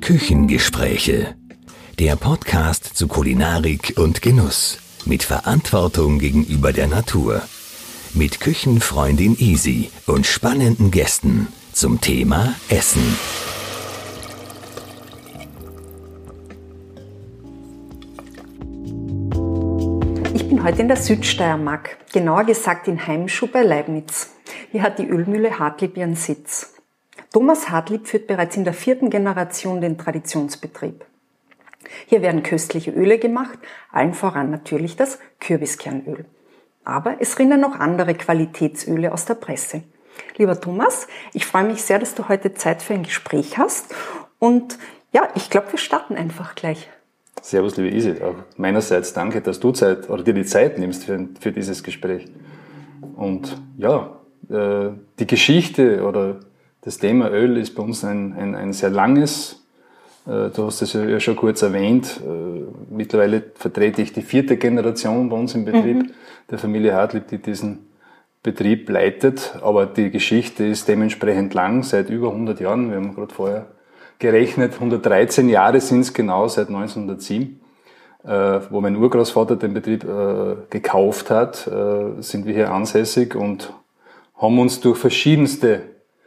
Küchengespräche. Der Podcast zu Kulinarik und Genuss. Mit Verantwortung gegenüber der Natur. Mit Küchenfreundin Isi und spannenden Gästen zum Thema Essen. Ich bin heute in der Südsteiermark, genauer gesagt in Heimschuh bei Leibnitz. Hier hat die Ölmühle Hartlieb ihren Sitz. Thomas Hartlieb führt bereits in der 4. Generation den Traditionsbetrieb. Hier werden köstliche Öle gemacht, allen voran natürlich das Kürbiskernöl. Aber es rinnen noch andere Qualitätsöle aus der Presse. Lieber Thomas, ich freue mich sehr, dass du heute Zeit für ein Gespräch hast. Und ja, ich glaube, wir starten einfach gleich. Servus, liebe Isi. Auch meinerseits danke, dass du dir die Zeit nimmst für dieses Gespräch. Und ja, die Geschichte oder das Thema Öl ist bei uns ein sehr langes. Du hast es ja schon kurz erwähnt. Mittlerweile vertrete ich die 4. Generation bei uns im Betrieb der Familie Hartlieb, die diesen Betrieb leitet. Aber die Geschichte ist dementsprechend lang, seit über 100 Jahren. Wir haben gerade vorher gerechnet, 113 Jahre sind es genau, seit 1907, wo mein Urgroßvater den Betrieb gekauft hat, sind wir hier ansässig und haben uns durch verschiedenste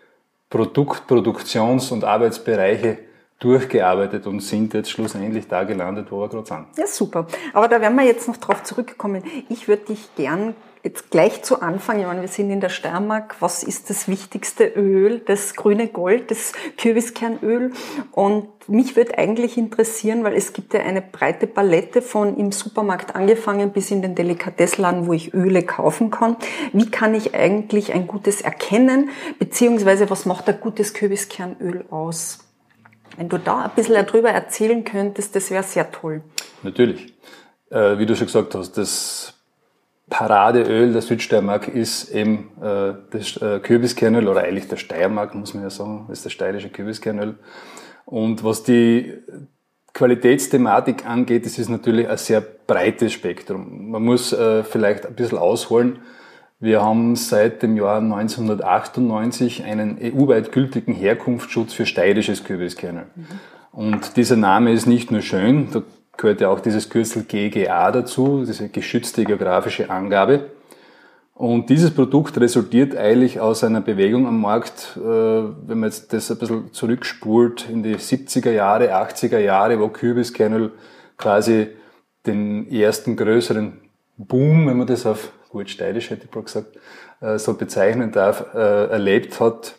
Produktions- und Arbeitsbereiche durchgearbeitet und sind jetzt schlussendlich da gelandet, wo wir gerade sind. Ja, super. Aber da werden wir jetzt noch drauf zurückkommen. Ich würde dich gern jetzt gleich zu Anfang, ich meine, wir sind in der Steiermark, was ist das wichtigste Öl? Das grüne Gold, das Kürbiskernöl. Und mich würde eigentlich interessieren, weil es gibt ja eine breite Palette von im Supermarkt angefangen bis in den Delikatessladen, wo ich Öle kaufen kann. Wie kann ich eigentlich ein gutes erkennen? Beziehungsweise was macht ein gutes Kürbiskernöl aus? Wenn du da ein bisschen darüber erzählen könntest, das wäre sehr toll. Natürlich. Wie du schon gesagt hast, das Paradeöl der Südsteiermark ist eben das Kürbiskernöl, oder eigentlich der Steiermark, muss man ja sagen, ist das steirische Kürbiskernöl. Und was die Qualitätsthematik angeht, das ist natürlich ein sehr breites Spektrum. Man muss vielleicht ein bisschen ausholen. Wir haben seit dem Jahr 1998 einen EU-weit gültigen Herkunftsschutz für steirisches Kürbiskernöl. Und dieser Name ist nicht nur schön, da gehört ja auch dieses Kürzel GGA dazu, diese geschützte geografische Angabe. Und dieses Produkt resultiert eigentlich aus einer Bewegung am Markt, wenn man jetzt das ein bisschen zurückspult in die 70er Jahre, 80er Jahre, wo Kürbiskernöl quasi den ersten größeren Boom, wenn man das auf gut steirisch, hätte ich mal gesagt, so bezeichnen darf, erlebt hat,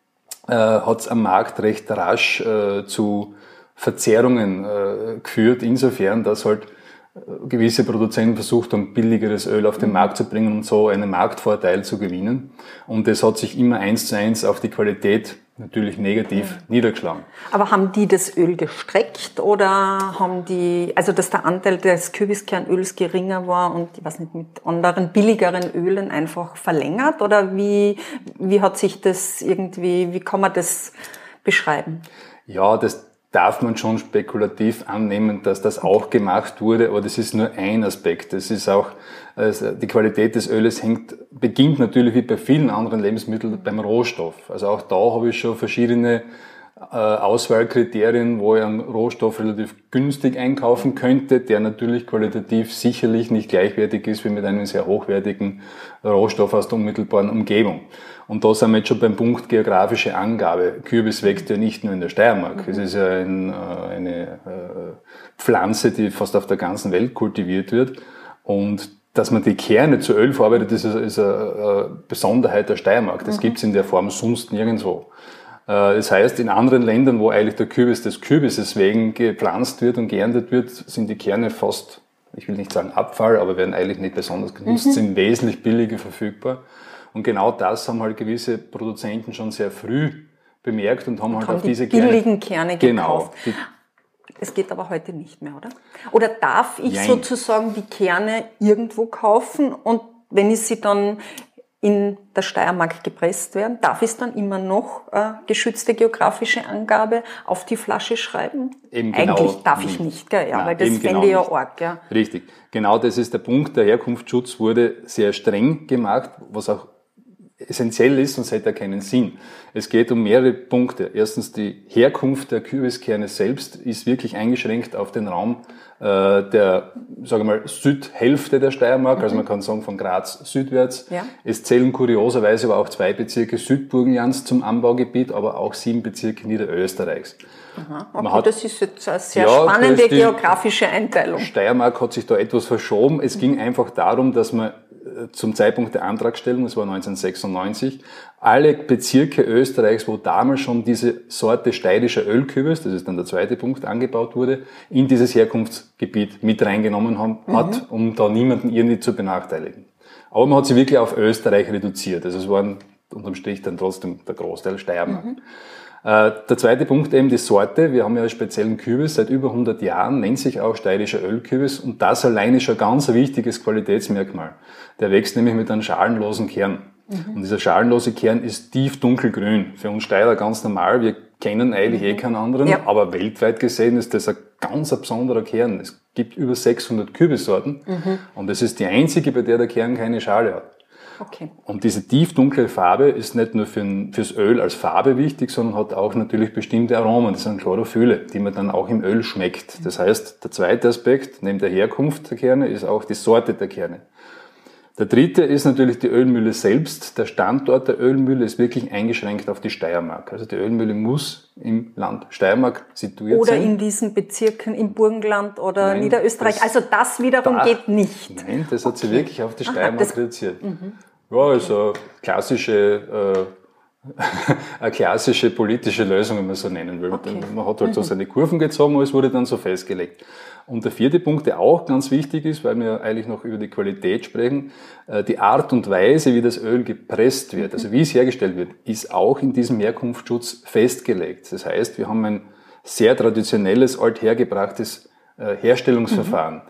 hat es am Markt recht rasch zu Verzerrungen geführt, insofern, dass halt gewisse Produzenten versucht haben, billigeres Öl auf den Markt zu bringen und so einen Marktvorteil zu gewinnen. Und das hat sich immer 1:1 auf die Qualität natürlich negativ niedergeschlagen. Aber haben die das Öl gestreckt oder haben die, also dass der Anteil des Kürbiskernöls geringer war und, ich weiß nicht, mit anderen billigeren Ölen einfach verlängert? Oder wie hat sich das irgendwie, wie kann man das beschreiben? Ja, das darf man schon spekulativ annehmen, dass das auch gemacht wurde, aber das ist nur ein Aspekt. Das ist auch, also die Qualität des Öles beginnt natürlich wie bei vielen anderen Lebensmitteln beim Rohstoff. Also auch da habe ich schon verschiedene Auswahlkriterien, wo ich einen Rohstoff relativ günstig einkaufen könnte, der natürlich qualitativ sicherlich nicht gleichwertig ist wie mit einem sehr hochwertigen Rohstoff aus der unmittelbaren Umgebung. Und da sind wir jetzt schon beim Punkt geografische Angabe. Kürbis wächst ja nicht nur in der Steiermark. Es ist ja eine Pflanze, die fast auf der ganzen Welt kultiviert wird. Und dass man die Kerne zu Öl verarbeitet, ist eine Besonderheit der Steiermark. Das gibt's in der Form sonst nirgendwo. Das heißt, in anderen Ländern, wo eigentlich der Kürbis des Kürbisses wegen gepflanzt wird und geerntet wird, sind die Kerne fast, ich will nicht sagen Abfall, aber werden eigentlich nicht besonders genutzt, sind wesentlich billiger verfügbar. Und genau das haben halt gewisse Produzenten schon sehr früh bemerkt und haben halt auf diese billigen Kerne gekauft. Genau. Es geht aber heute nicht mehr, oder? Oder darf ich sozusagen die Kerne irgendwo kaufen und wenn ich sie dann in der Steiermark gepresst werden, darf ich dann immer noch geschützte geografische Angabe auf die Flasche schreiben? Eben genau. Eigentlich darf ich nicht, gell? Ja, nein, weil das fände ich ja arg. Ja. Richtig. Genau das ist der Punkt. Der Herkunftsschutz wurde sehr streng gemacht, was auch essentiell ist, sonst hätte er keinen Sinn. Es geht um mehrere Punkte. Erstens, die Herkunft der Kürbiskerne selbst ist wirklich eingeschränkt auf den Raum der, sagen wir mal, Südhälfte der Steiermark, also man kann sagen von Graz südwärts. Ja. Es zählen kurioserweise aber auch 2 Bezirke Südburgenlands zum Anbaugebiet, aber auch 7 Bezirke Niederösterreichs. Aha, okay, das ist jetzt eine sehr spannende geografische Einteilung. Steiermark hat sich da etwas verschoben. Es ging einfach darum, dass man zum Zeitpunkt der Antragstellung, das war 1996, alle Bezirke Österreichs, wo damals schon diese Sorte steirischer Ölkürbis, das ist dann der zweite Punkt, angebaut wurde, in dieses Herkunftsgebiet mit reingenommen hat, um da niemanden irgendwie zu benachteiligen. Aber man hat sie wirklich auf Österreich reduziert. Also es waren unterm Strich dann trotzdem der Großteil Steiermark. Der zweite Punkt eben die Sorte. Wir haben ja einen speziellen Kürbis seit über 100 Jahren, nennt sich auch steirischer Ölkürbis und das alleine ist schon ganz ein wichtiges Qualitätsmerkmal. Der wächst nämlich mit einem schalenlosen Kern. Und dieser schalenlose Kern ist tief dunkelgrün. Für uns Steirer ganz normal. Wir kennen eigentlich keinen anderen, aber weltweit gesehen ist das ein ganz besonderer Kern. Es gibt über 600 Kürbissorten und das ist die einzige, bei der Kern keine Schale hat. Okay. Und diese tiefdunkle Farbe ist nicht nur fürs Öl als Farbe wichtig, sondern hat auch natürlich bestimmte Aromen, das sind Chlorophylle, die man dann auch im Öl schmeckt. Das heißt, der zweite Aspekt, neben der Herkunft der Kerne, ist auch die Sorte der Kerne. Der dritte ist natürlich die Ölmühle selbst. Der Standort der Ölmühle ist wirklich eingeschränkt auf die Steiermark. Also die Ölmühle muss im Land Steiermark situiert oder sein. Oder in diesen Bezirken im Burgenland oder Niederösterreich. Also das wiederum geht nicht. Nein, das hat sie wirklich auf die Steiermark reduziert. Ja, also eine klassische politische Lösung, wenn man so nennen will. Okay. Man hat halt so seine Kurven gezogen, aber es wurde dann so festgelegt. Und der vierte Punkt, der auch ganz wichtig ist, weil wir eigentlich noch über die Qualität sprechen, die Art und Weise, wie das Öl gepresst wird, also wie es hergestellt wird, ist auch in diesem Herkunftsschutz festgelegt. Das heißt, wir haben ein sehr traditionelles, althergebrachtes Herstellungsverfahren.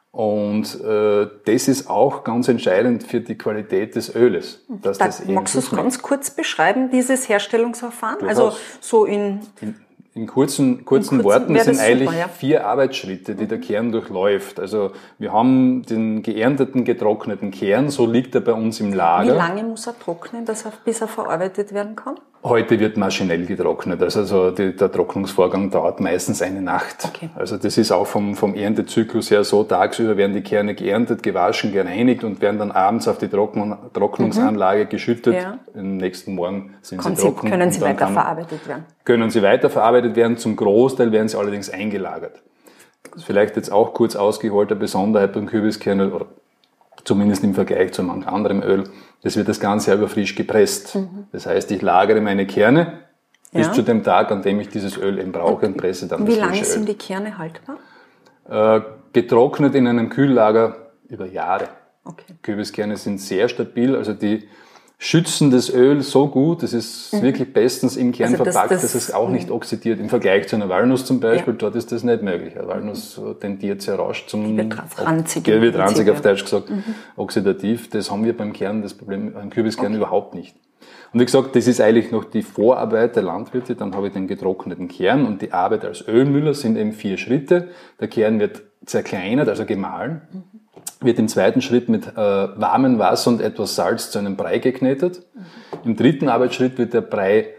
Und das ist auch ganz entscheidend für die Qualität des Öles. Dass das magst du es ganz kurz beschreiben, dieses Herstellungsverfahren? Also so in kurzen Worten sind eigentlich 4 Arbeitsschritte, die der Kern durchläuft. Also wir haben den geernteten, getrockneten Kern, so liegt er bei uns im Lager. Wie lange muss er trocknen, bis er verarbeitet werden kann? Heute wird maschinell getrocknet, also der Trocknungsvorgang dauert meistens eine Nacht. Okay. Also das ist auch vom Erntezyklus her so, tagsüber werden die Kerne geerntet, gewaschen, gereinigt und werden dann abends auf die Trocknungsanlage geschüttet. Ja. Am nächsten Morgen sind sie trocken. Können sie weiterverarbeitet werden? Können sie weiterverarbeitet werden, zum Großteil werden sie allerdings eingelagert. Das ist vielleicht jetzt auch kurz ausgeholt, eine Besonderheit beim Kürbiskernöl, oder zumindest im Vergleich zu manch anderem Öl. Das wird das Ganze aber frisch gepresst. Das heißt, ich lagere meine Kerne bis zu dem Tag, an dem ich dieses Öl eben brauche und presse dann das frische Öl. Wie lange sind die Kerne haltbar? Getrocknet in einem Kühllager über Jahre. Okay. Kürbiskerne sind sehr stabil, also die schützen das Öl so gut, es ist wirklich bestens im Kern verpackt, dass es auch nicht oxidiert. Im Vergleich zu einer Walnuss zum Beispiel, dort ist das nicht möglich. Eine Walnuss tendiert sehr rasch zum... Wird ranzig auf Deutsch gesagt, oxidativ. Das haben wir beim Kern, das Problem beim Kürbiskern überhaupt nicht. Und wie gesagt, das ist eigentlich noch die Vorarbeit der Landwirte. Dann habe ich den getrockneten Kern und die Arbeit als Ölmüller sind eben 4 Schritte. Der Kern wird zerkleinert, also gemahlen. Wird im zweiten Schritt mit warmem Wasser und etwas Salz zu einem Brei geknetet. Im dritten Arbeitsschritt wird der Brei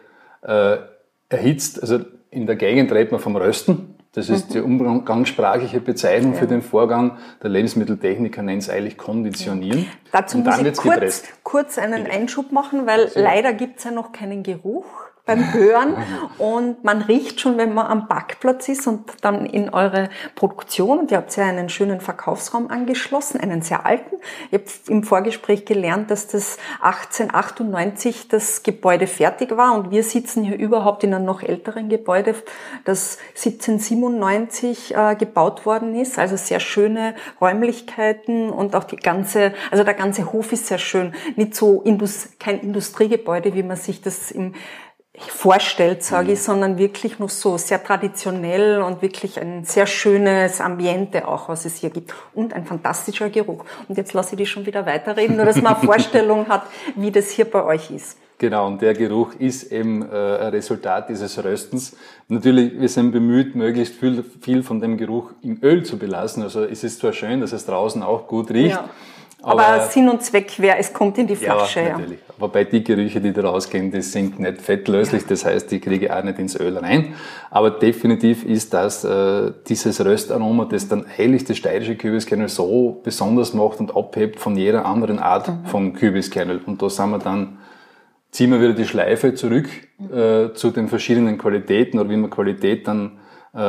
erhitzt, also in der Gegend redet man vom Rösten. Das ist die umgangssprachliche Bezeichnung für den Vorgang. Der Lebensmitteltechniker nennt es eigentlich Konditionieren. Dazu muss ich kurz einen Einschub machen, weil leider gibt es ja noch keinen Geruch beim Hören und man riecht schon, wenn man am Backplatz ist und dann in eure Produktion, und ihr habt ja einen schönen Verkaufsraum angeschlossen, einen sehr alten. Ich habe im Vorgespräch gelernt, dass das 1898 das Gebäude fertig war und wir sitzen hier überhaupt in einem noch älteren Gebäude, das 1797 gebaut worden ist, also sehr schöne Räumlichkeiten und auch der ganze Hof ist sehr schön, nicht so kein Industriegebäude, wie man sich das vorstellt, sage ich, sondern wirklich noch so sehr traditionell und wirklich ein sehr schönes Ambiente auch, was es hier gibt. Und ein fantastischer Geruch. Und jetzt lasse ich dich schon wieder weiterreden, nur dass man eine Vorstellung hat, wie das hier bei euch ist. Genau, und der Geruch ist eben ein Resultat dieses Röstens. Natürlich, wir sind bemüht, möglichst viel von dem Geruch im Öl zu belassen. Also es ist zwar schön, dass es draußen auch gut riecht, Aber Sinn und Zweck wäre, es kommt in die Flasche. Ja, natürlich. Wobei die Gerüche, die da rausgehen, die sind nicht fettlöslich, das heißt, die kriege ich auch nicht ins Öl rein. Aber definitiv ist das dieses Röstaroma, das dann eigentlich das steirische Kürbiskernöl so besonders macht und abhebt von jeder anderen Art von Kürbiskernöl. Und da sind wir dann, ziehen wir wieder die Schleife zurück zu den verschiedenen Qualitäten oder wie man Qualität dann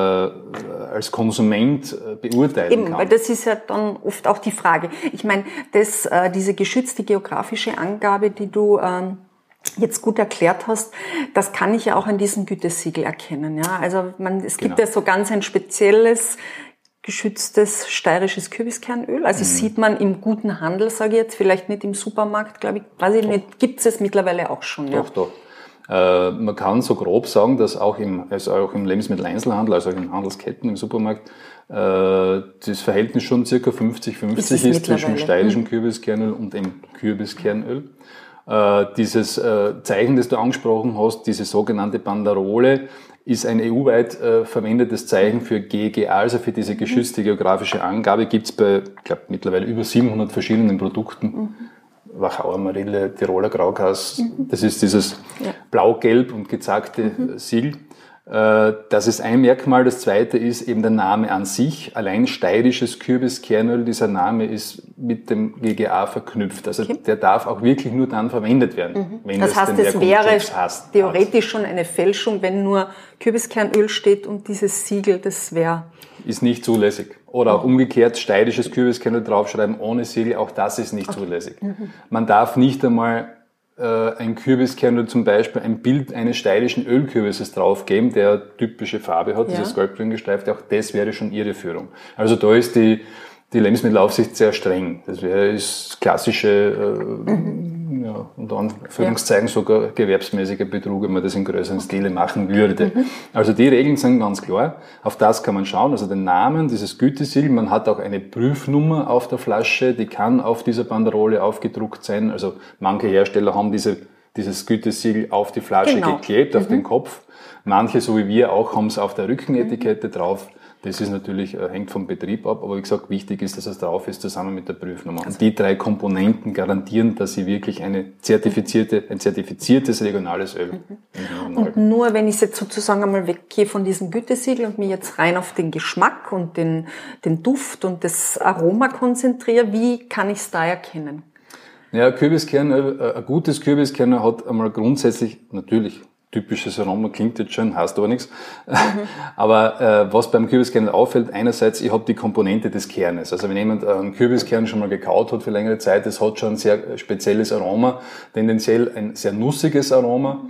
als Konsument beurteilen kann. Weil das ist ja dann oft auch die Frage. Ich meine, diese geschützte geografische Angabe, die du jetzt gut erklärt hast, das kann ich ja auch an diesem Gütesiegel erkennen. Ja, also es gibt ja so ganz ein spezielles geschütztes steirisches Kürbiskernöl. Also sieht man im guten Handel, sage ich jetzt, vielleicht nicht im Supermarkt, glaube ich, weiß ich nicht, gibt es mittlerweile auch schon. Ja. Doch. Man kann so grob sagen, dass auch im Lebensmitteleinzelhandel, also auch in Handelsketten, im Supermarkt, das Verhältnis schon circa 50-50 ist zwischen steirischem Kürbiskernöl und dem Kürbiskernöl. Dieses Zeichen, das du angesprochen hast, diese sogenannte Banderole, ist ein EU-weit verwendetes Zeichen für GGA, also für diese geschützte geografische Angabe, gibt es bei, ich glaube, mittlerweile über 700 verschiedenen Produkten. Wachauer Marille, Tiroler Graukass, das ist dieses blau-gelb und gezackte Siegel. Das ist ein Merkmal. Das zweite ist eben der Name an sich. Allein steirisches Kürbiskernöl, dieser Name ist mit dem GGA verknüpft. Also der darf auch wirklich nur dann verwendet werden, wenn das heißt, es wäre theoretisch schon eine Fälschung, wenn nur Kürbiskernöl steht und dieses Siegel, das wäre... Ist nicht zulässig. Oder auch umgekehrt, steirisches Kürbiskernöl draufschreiben ohne Siegel, auch das ist nicht zulässig. Man darf nicht einmal ein Kürbiskernöl, zum Beispiel ein Bild eines steirischen Ölkürbisses draufgeben, der typische Farbe hat, dieses gelb-grün gestreifte, auch das wäre schon Irreführung. Also da ist die Lebensmittelaufsicht sehr streng. Das wäre das klassische, unter Anführungszeichen sogar gewerbsmäßiger Betrug, wenn man das in größeren Stile machen würde. Also die Regeln sind ganz klar. Auf das kann man schauen. Also den Namen, dieses Gütesiegel. Man hat auch eine Prüfnummer auf der Flasche, die kann auf dieser Banderole aufgedruckt sein. Also manche Hersteller haben dieses Gütesiegel auf die Flasche geklebt, auf den Kopf. Manche, so wie wir auch, haben es auf der Rückenetikette drauf. Das ist natürlich, hängt vom Betrieb ab, aber wie gesagt, wichtig ist, dass es drauf ist, zusammen mit der Prüfnummer. Und die 3 Komponenten garantieren, dass sie wirklich ein zertifiziertes regionales Öl Und nur wenn ich jetzt sozusagen einmal weggehe von diesem Gütesiegel und mich jetzt rein auf den Geschmack und den Duft und das Aroma konzentriere, wie kann ich es da erkennen? Ja, Kürbiskernöl, ein gutes Kürbiskernöl hat einmal grundsätzlich natürlich typisches Aroma, klingt jetzt schön, heißt aber nichts. Aber was beim Kürbiskernöl auffällt, einerseits, ich habe die Komponente des Kernes. Also wenn jemand einen Kürbiskern schon mal gekaut hat für längere Zeit, das hat schon ein sehr spezielles Aroma, tendenziell ein sehr nussiges Aroma.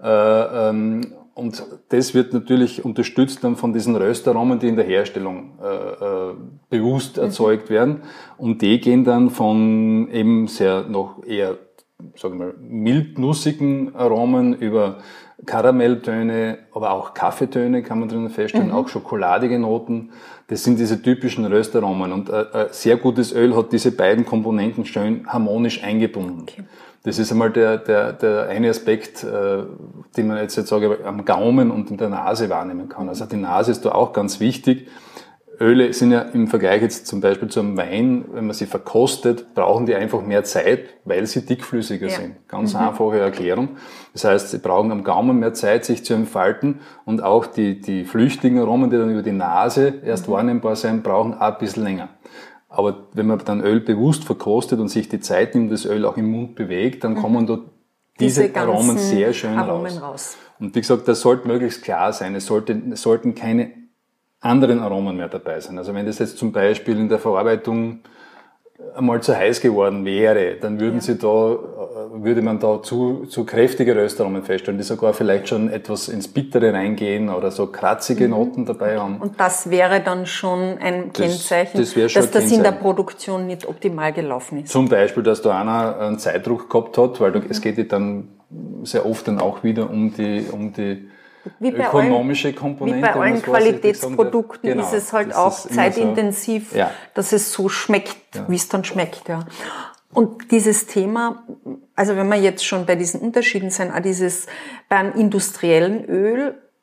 Und das wird natürlich unterstützt dann von diesen Röstaromen, die in der Herstellung bewusst erzeugt werden. Und die gehen dann von eben sehr noch eher, sagen wir mal, mild-nussigen Aromen über Karamelltöne, aber auch Kaffeetöne kann man drinnen feststellen, auch schokoladige Noten. Das sind diese typischen Röstaromen. Und ein sehr gutes Öl hat diese beiden Komponenten schön harmonisch eingebunden. Okay. Das ist einmal der eine Aspekt, den man jetzt sage, am Gaumen und in der Nase wahrnehmen kann. Also die Nase ist da auch ganz wichtig. Öle sind ja im Vergleich jetzt zum Beispiel zu einem Wein, wenn man sie verkostet, brauchen die einfach mehr Zeit, weil sie dickflüssiger sind. Ganz einfache Erklärung. Das heißt, sie brauchen am Gaumen mehr Zeit, sich zu entfalten, und auch die flüchtigen Aromen, die dann über die Nase erst wahrnehmbar sein, brauchen auch ein bisschen länger. Aber wenn man dann Öl bewusst verkostet und sich die Zeit nimmt, das Öl auch im Mund bewegt, dann kommen da diese Aromen sehr schön raus. Und wie gesagt, das sollte möglichst klar sein. Es sollten keine anderen Aromen mehr dabei sein. Also wenn das jetzt zum Beispiel in der Verarbeitung einmal zu heiß geworden wäre, dann würde man da zu kräftige Röstaromen feststellen, die sogar vielleicht schon etwas ins Bittere reingehen oder so kratzige Noten dabei haben. Und das wäre dann schon ein Kennzeichen, dass das in der Produktion nicht optimal gelaufen ist. Zum Beispiel, dass da einer einen Zeitdruck gehabt hat, weil es geht ja dann sehr oft dann auch wieder um die ökonomische Komponente. Wie bei allen Qualitätsprodukten ist es halt auch zeitintensiv, dass es so schmeckt, wie es dann schmeckt. Ja. Und dieses Thema, also wenn wir jetzt schon bei diesen Unterschieden sind, auch dieses beim industriellen Öl,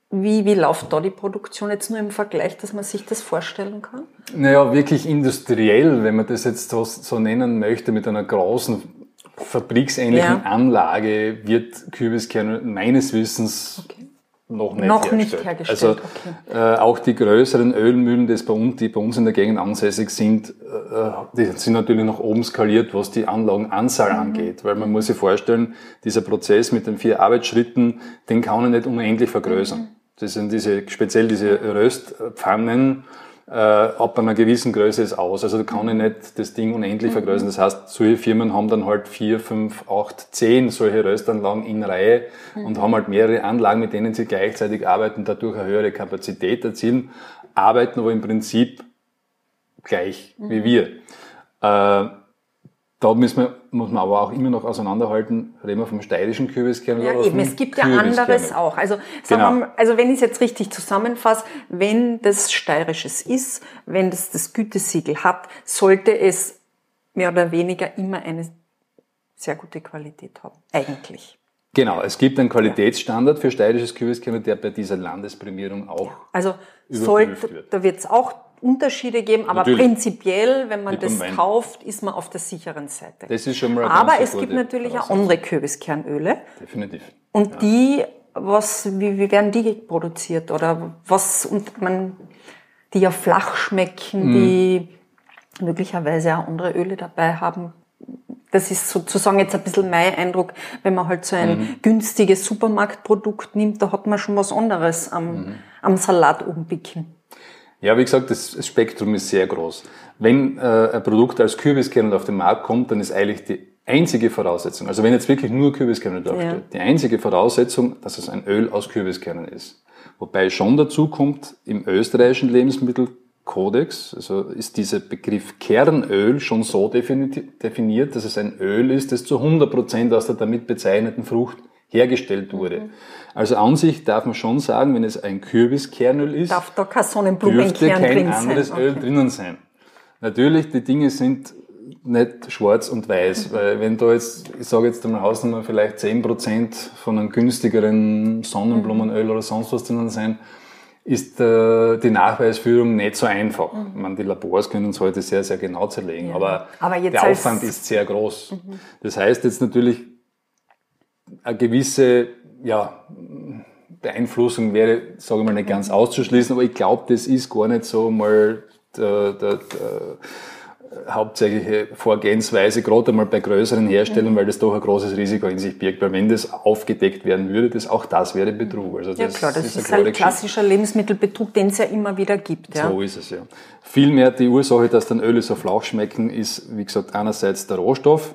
Wie läuft da die Produktion jetzt nur im Vergleich, dass man sich das vorstellen kann? Naja, wirklich industriell, wenn man das jetzt so nennen möchte, mit einer großen fabriksähnlichen Anlage wird Kürbiskernöl meines Wissens noch nicht hergestellt. Also auch die größeren Ölmühlen, die bei uns in der Gegend ansässig sind, die sind natürlich nach oben skaliert, was die Anlagenanzahl angeht. Weil man muss sich vorstellen, dieser Prozess mit den 4 Arbeitsschritten, den kann man nicht unendlich vergrößern. Das sind speziell diese Röstpfannen, ab einer gewissen Größe ist aus. Also da kann ich nicht das Ding unendlich vergrößern. Das heißt, solche Firmen haben dann halt 4, 5, 8, 10 solche Röstanlagen in Reihe und haben halt mehrere Anlagen, mit denen sie gleichzeitig arbeiten, dadurch eine höhere Kapazität erzielen, arbeiten aber im Prinzip gleich wie wir. Da muss man aber auch immer noch auseinanderhalten, reden wir vom steirischen Kürbiskernöl oder eben, es gibt ja anderes auch. Also, also wenn ich es jetzt richtig zusammenfasse, wenn das steirisches ist, wenn das Gütesiegel hat, sollte es mehr oder weniger immer eine sehr gute Qualität haben, eigentlich. Genau, es gibt einen Qualitätsstandard für steirisches Kürbiskernöl, der bei dieser Landesprämierung auch überprüft wird. Da wird es auch Unterschiede geben, aber natürlich. Prinzipiell, wenn man das kauft, ist man auf der sicheren Seite. Das ist schon mal aber es gibt natürlich auch andere Kürbiskernöle. Definitiv. Und die, wie werden die produziert? Oder die ja flach schmecken, die möglicherweise auch andere Öle dabei haben. Das ist sozusagen jetzt ein bisschen mein Eindruck, wenn man halt so ein günstiges Supermarktprodukt nimmt, da hat man schon was anderes am Salat umbicken. Ja, wie gesagt, das Spektrum ist sehr groß. Wenn ein Produkt als Kürbiskernöl auf den Markt kommt, dann ist eigentlich die einzige Voraussetzung, also wenn jetzt wirklich nur Kürbiskernöl draufsteht, die einzige Voraussetzung, dass es ein Öl aus Kürbiskerneln ist. Wobei schon dazu kommt, im österreichischen Lebensmittelkodex, also ist dieser Begriff Kernöl schon so definiert, dass es ein Öl ist, das zu 100% aus der damit bezeichneten Frucht hergestellt wurde. Also an sich darf man schon sagen, wenn es ein Kürbiskernöl ist, darf da kein Sonnenblumenkern dürfte kein anderes Öl drinnen sein. Natürlich, die Dinge sind nicht schwarz und weiß, weil wenn da jetzt, ich sage jetzt einmal Hausnummer, vielleicht 10% von einem günstigeren Sonnenblumenöl oder sonst was drinnen sein, ist die Nachweisführung nicht so einfach. Ich meine, die Labors können es heute sehr, sehr genau zerlegen, aber der Aufwand ist sehr groß. Das heißt jetzt natürlich, eine gewisse Beeinflussung wäre, sage ich mal, nicht ganz auszuschließen, aber ich glaube, das ist gar nicht so mal der hauptsächliche Vorgehensweise, gerade einmal bei größeren Herstellern, weil das doch ein großes Risiko in sich birgt, weil wenn das aufgedeckt werden würde, auch das wäre Betrug. Also das ist ein klassischer Lebensmittelbetrug, den es ja immer wieder gibt. Ja. So ist es, ja. Vielmehr die Ursache, dass dann Öle so flach schmecken, ist, wie gesagt, einerseits der Rohstoff.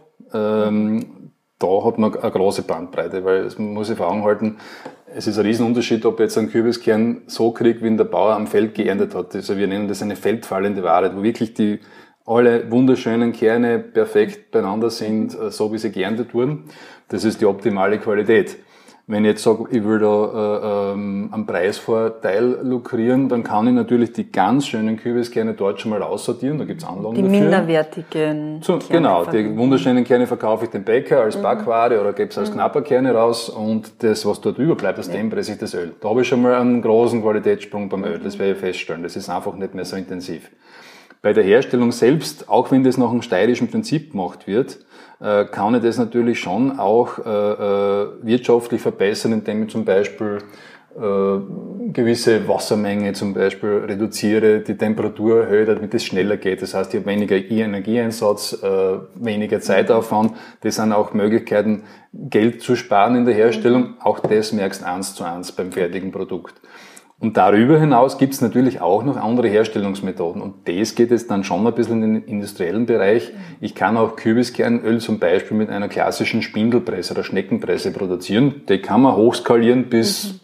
Da hat man eine große Bandbreite, weil man muss sich vor Augen halten, es ist ein Riesenunterschied, ob jetzt ein Kürbiskern so kriegt, wie ihn der Bauer am Feld geerntet hat. Also wir nennen das eine feldfallende Ware, wo wirklich alle wunderschönen Kerne perfekt beieinander sind, so wie sie geerntet wurden. Das ist die optimale Qualität. Wenn ich jetzt sage, ich will da einen Preisvorteil lukrieren, dann kann ich natürlich die ganz schönen Kürbiskerne dort schon mal aussortieren. Da gibt's Anlagen dafür. Die minderwertigen Kerne. Genau, die wunderschönen Kerne verkaufe ich dem Bäcker als Backware oder gebe es als Knapperkerne raus und das, was dort überbleibt, aus dem presse ich das Öl. Da habe ich schon mal einen großen Qualitätssprung beim Öl, das werde ich feststellen. Das ist einfach nicht mehr so intensiv. Bei der Herstellung selbst, auch wenn das nach einem steirischen Prinzip gemacht wird, kann ich das natürlich schon auch wirtschaftlich verbessern, indem ich zum Beispiel gewisse Wassermenge zum Beispiel reduziere, die Temperatur erhöhe, damit es schneller geht. Das heißt, ich habe weniger Energieeinsatz, weniger Zeitaufwand. Das sind auch Möglichkeiten, Geld zu sparen in der Herstellung. Auch das merkst du 1:1 beim fertigen Produkt. Und darüber hinaus gibt es natürlich auch noch andere Herstellungsmethoden. Und das geht jetzt dann schon ein bisschen in den industriellen Bereich. Ich kann auch Kürbiskernöl zum Beispiel mit einer klassischen Spindelpresse oder Schneckenpresse produzieren. Die kann man hochskalieren bis,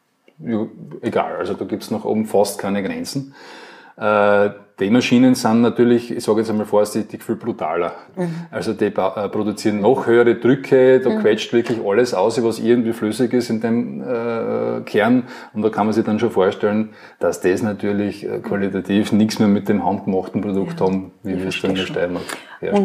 egal, also da gibt es nach oben fast keine Grenzen. Die Maschinen sind natürlich, ich sage jetzt einmal vorsichtig, viel brutaler. Also die produzieren noch höhere Drücke, da quetscht wirklich alles aus, was irgendwie flüssig ist in dem Kern. Und da kann man sich dann schon vorstellen, dass das natürlich qualitativ nichts mehr mit dem handgemachten Produkt haben, wie wir es dann in der Steiermark herstellen.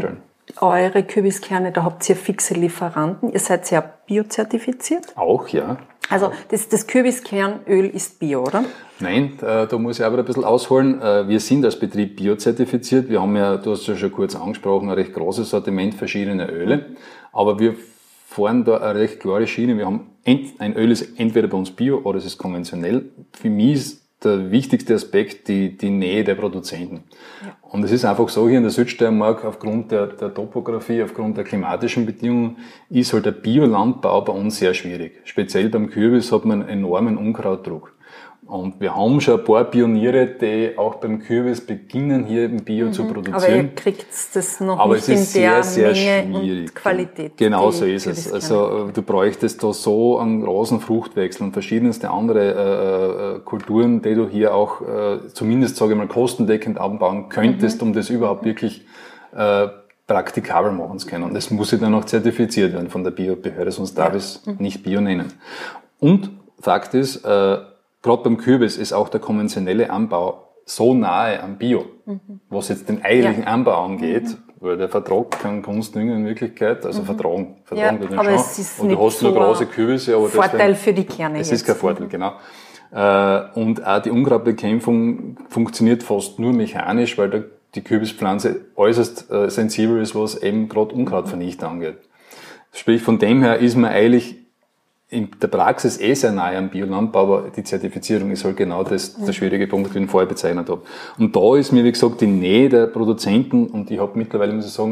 eure Kürbiskerne, da habt ihr fixe Lieferanten. Ihr seid ja biozertifiziert. Auch, ja. Also das Kürbiskernöl ist bio, oder? Nein, da muss ich aber ein bisschen ausholen. Wir sind als Betrieb biozertifiziert. Wir haben ja, du hast ja schon kurz angesprochen, ein recht großes Sortiment verschiedener Öle. Aber wir fahren da eine recht klare Schiene. Wir haben ein Öl ist entweder bei uns bio oder es ist konventionell. Für mich ist der wichtigste Aspekt die Nähe der Produzenten. Ja. Und es ist einfach so, hier in der Südsteiermark, aufgrund der Topografie, aufgrund der klimatischen Bedingungen, ist halt der Biolandbau bei uns sehr schwierig. Speziell beim Kürbis hat man einen enormen Unkrautdruck. Und wir haben schon ein paar Pioniere, die auch beim Kürbis beginnen, hier im Bio zu produzieren. Aber ihr kriegt das noch aber nicht es ist in der sehr, sehr Menge schwierig. Und Qualität. Genau so ist es. Also du bräuchtest da so einen großen Fruchtwechsel und verschiedenste andere Kulturen, die du hier auch zumindest, sage ich mal, kostendeckend anbauen könntest, um das überhaupt wirklich praktikabel machen zu können. Und das muss ja dann auch zertifiziert werden von der Biobehörde, sonst darf ich es nicht Bio nennen. Und Fakt ist, gerade beim Kürbis ist auch der konventionelle Anbau so nahe am Bio, was jetzt den eigentlichen Anbau angeht, weil der vertragt keinen Kunstdünger in Wirklichkeit, also vertragen wird den aber schon. es ist und nicht du hast nur so große Kürbisse, aber Vorteil für die Kerne. Es ist kein Vorteil, genau. Und auch die Unkrautbekämpfung funktioniert fast nur mechanisch, weil die Kürbispflanze äußerst sensibel ist, was eben gerade Unkrautvernichter angeht. Sprich, von dem her ist man eigentlich in der Praxis sehr nahe am Biolandbau, aber die Zertifizierung ist halt genau der schwierige Punkt, den ich vorher bezeichnet habe. Und da ist mir, wie gesagt, die Nähe der Produzenten, und ich habe mittlerweile, muss ich sagen,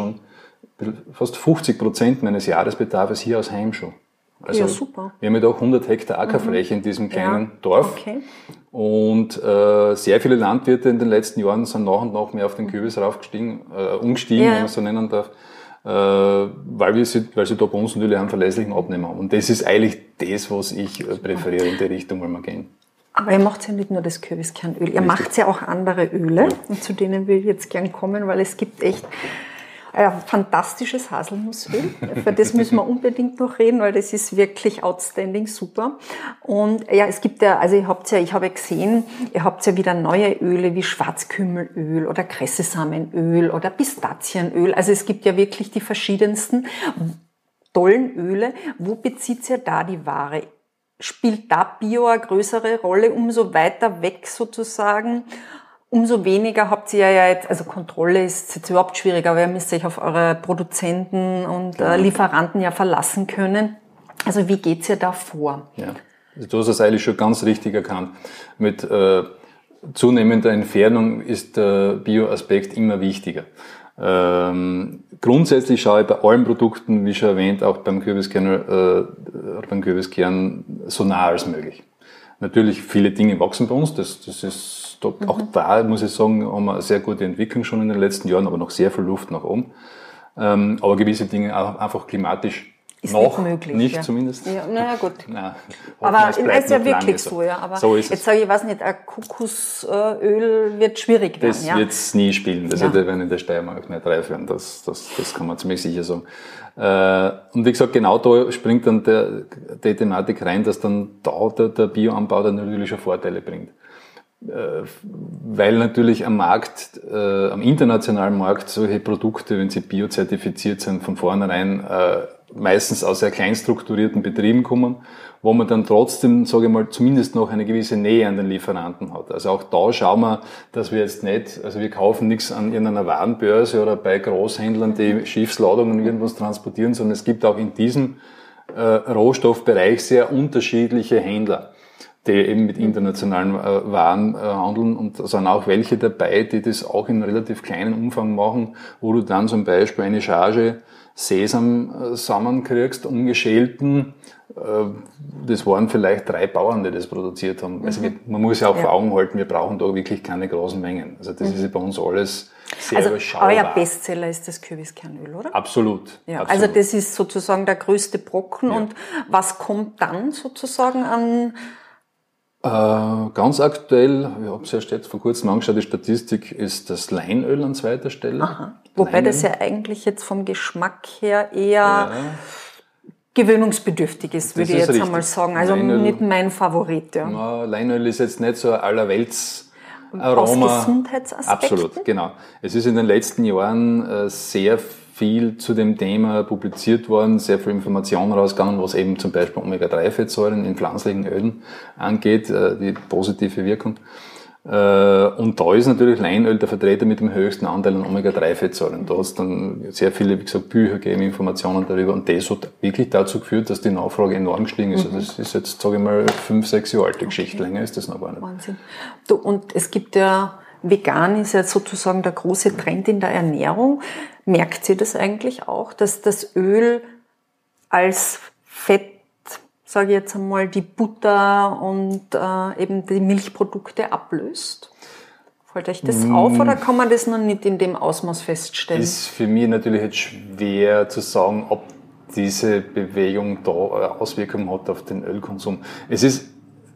fast 50% meines Jahresbedarfs hier aus Heim schon. Also, ja, super. Wir haben ja doch 100 Hektar Ackerfläche in diesem kleinen Dorf. Okay. Und sehr viele Landwirte in den letzten Jahren sind nach und nach mehr auf den Kürbis umgestiegen, wenn man es so nennen darf. Weil sie da bei uns natürlich einen verlässlichen Abnehmer haben. Und das ist eigentlich das, was ich präferiere in die Richtung, wo wir gehen. Aber ihr macht ja nicht nur das Kürbiskernöl, ihr macht ja auch andere Öle. Ja. Und zu denen will ich jetzt gern kommen, weil es gibt echt fantastisches Haselnussöl. Für das müssen wir unbedingt noch reden, weil das ist wirklich outstanding super. Und ja, es gibt ja, also ich habe gesehen, ihr habt ja wieder neue Öle wie Schwarzkümmelöl oder Kressesamenöl oder Pistazienöl. Also es gibt ja wirklich die verschiedensten tollen Öle. Wo bezieht ihr da die Ware? Spielt da Bio eine größere Rolle, umso weiter weg sozusagen? Umso weniger habt ihr ja jetzt, also Kontrolle ist jetzt überhaupt schwieriger, aber ihr müsst euch auf eure Produzenten und Lieferanten ja verlassen können. Also wie geht's ihr da vor? Ja, also du hast es eigentlich schon ganz richtig erkannt. Mit zunehmender Entfernung ist der Bio-Aspekt immer wichtiger. Grundsätzlich schaue ich bei allen Produkten, wie schon erwähnt, auch beim Kürbiskern so nah als möglich. Natürlich, viele Dinge wachsen bei uns, das ist auch da, muss ich sagen, haben wir eine sehr gute Entwicklung schon in den letzten Jahren, aber noch sehr viel Luft nach oben. Aber gewisse Dinge auch einfach klimatisch ist noch nicht möglich. Nicht zumindest. Ja, naja, gut. Nein, aber es ist ja wirklich so, ja. Aber so ist jetzt sage ich, weiß nicht, ein Kokosöl wird schwierig werden. Das wird es nie spielen. Das wird in der Steiermark nicht reif werden. Das kann man ziemlich sicher sagen. Und wie gesagt, genau da springt dann die Thematik rein, dass dann da der Bioanbau dann natürlich schon Vorteile bringt. Weil natürlich am Markt, am internationalen Markt solche Produkte, wenn sie biozertifiziert sind, von vornherein meistens aus sehr klein strukturierten Betrieben kommen, wo man dann trotzdem, sage ich mal, zumindest noch eine gewisse Nähe an den Lieferanten hat. Also auch da schauen wir, dass wir jetzt nicht, also wir kaufen nichts an irgendeiner Warenbörse oder bei Großhändlern, die Schiffsladungen irgendwas transportieren, sondern es gibt auch in diesem Rohstoffbereich sehr unterschiedliche Händler, die eben mit internationalen Waren handeln, und da sind auch welche dabei, die das auch in relativ kleinen Umfang machen, wo du dann zum Beispiel eine Charge Sesam zusammenkriegst, ungeschälten. Das waren vielleicht 3 Bauern, die das produziert haben. Also man muss ja auch vor Augen halten, wir brauchen da wirklich keine großen Mengen. Also das ist ja bei uns alles sehr überschaubar. Aber ja, Bestseller ist das Kürbiskernöl, oder? Absolut. Ja, absolut. Also das ist sozusagen der größte Brocken. Ja. Und was kommt dann sozusagen an? Ganz aktuell, ich habe es erst jetzt vor kurzem angeschaut, die Statistik ist das Leinöl an zweiter Stelle. Aha. Wobei das ja eigentlich jetzt vom Geschmack her eher gewöhnungsbedürftig ist, würde ich jetzt einmal sagen. Also Leinöl, nicht mein Favorit. Ja. Leinöl ist jetzt nicht so ein allerwelts Aroma. Aus Gesundheitsaspekten? Absolut, genau. Es ist in den letzten Jahren sehr viel zu dem Thema publiziert worden, sehr viel Informationen rausgegangen, was eben zum Beispiel Omega-3-Fettsäuren in pflanzlichen Ölen angeht, die positive Wirkung. Und da ist natürlich Leinöl der Vertreter mit dem höchsten Anteil an Omega-3-Fettsäuren. Da hat es dann sehr viele, wie gesagt, Bücher gegeben, Informationen darüber. Und das hat wirklich dazu geführt, dass die Nachfrage enorm gestiegen ist. Also das ist jetzt, sage ich mal, 5, 6 Jahre alte Geschichte. Länger ist das noch gar nicht. Wahnsinn. Du, und es gibt ja, vegan ist ja sozusagen der große Trend in der Ernährung. Merkt ihr das eigentlich auch, dass das Öl als Fett, sage ich jetzt einmal, die Butter und eben die Milchprodukte ablöst? Fällt euch das auf oder kann man das noch nicht in dem Ausmaß feststellen? Ist für mich natürlich jetzt schwer zu sagen, ob diese Bewegung da Auswirkungen hat auf den Ölkonsum. Es ist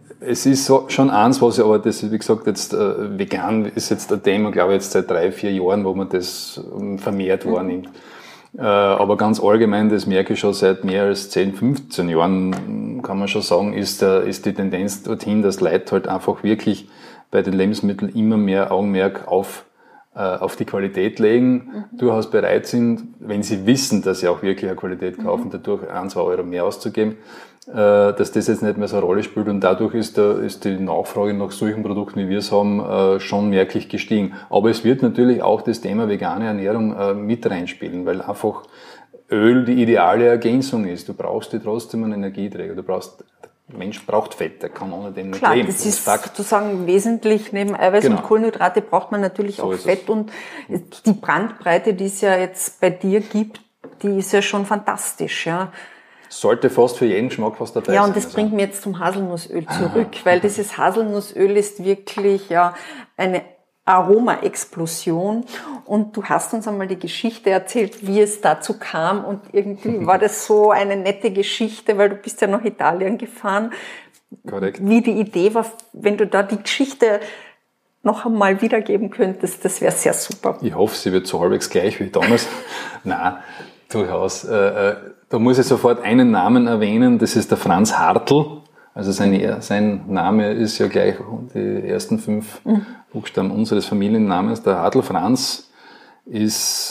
so, schon eins, was ich, aber das ist, wie gesagt, jetzt vegan ist jetzt ein Thema, glaube ich, jetzt seit 3, 4 Jahren, wo man das vermehrt wahrnimmt. Aber ganz allgemein, das merke ich schon seit mehr als 10, 15 Jahren, kann man schon sagen, ist die Tendenz dorthin, dass Leute halt einfach wirklich bei den Lebensmitteln immer mehr Augenmerk auf die Qualität legen, durchaus bereit sind, wenn sie wissen, dass sie auch wirklich eine Qualität kaufen, dadurch 1, 2 Euro mehr auszugeben, dass das jetzt nicht mehr so eine Rolle spielt und dadurch ist die Nachfrage nach solchen Produkten, wie wir es haben, schon merklich gestiegen. Aber es wird natürlich auch das Thema vegane Ernährung mit reinspielen, weil einfach Öl die ideale Ergänzung ist. Du brauchst trotzdem einen Energieträger, der Mensch braucht Fett, der kann ohne dem nicht leben. Das ist sozusagen wesentlich, neben Eiweiß und Kohlenhydrate braucht man natürlich auch Fett und die Bandbreite, die es ja jetzt bei dir gibt, die ist ja schon fantastisch, ja. Sollte fast für jeden Geschmack was dabei sein. Ja, und das bringt mich jetzt zum Haselnussöl zurück, weil dieses Haselnussöl ist wirklich ja eine Aroma-Explosion und du hast uns einmal die Geschichte erzählt, wie es dazu kam und irgendwie war das so eine nette Geschichte, weil du bist ja nach Italien gefahren. Korrekt. Wie die Idee war, wenn du da die Geschichte noch einmal wiedergeben könntest, das wäre sehr super. Ich hoffe, sie wird so halbwegs gleich wie damals. Nein, durchaus. Da muss ich sofort einen Namen erwähnen, das ist der Franz Hartl. Also sein Name ist ja gleich die ersten 5 Buchstaben unseres Familiennamens. Der Hartl Franz ist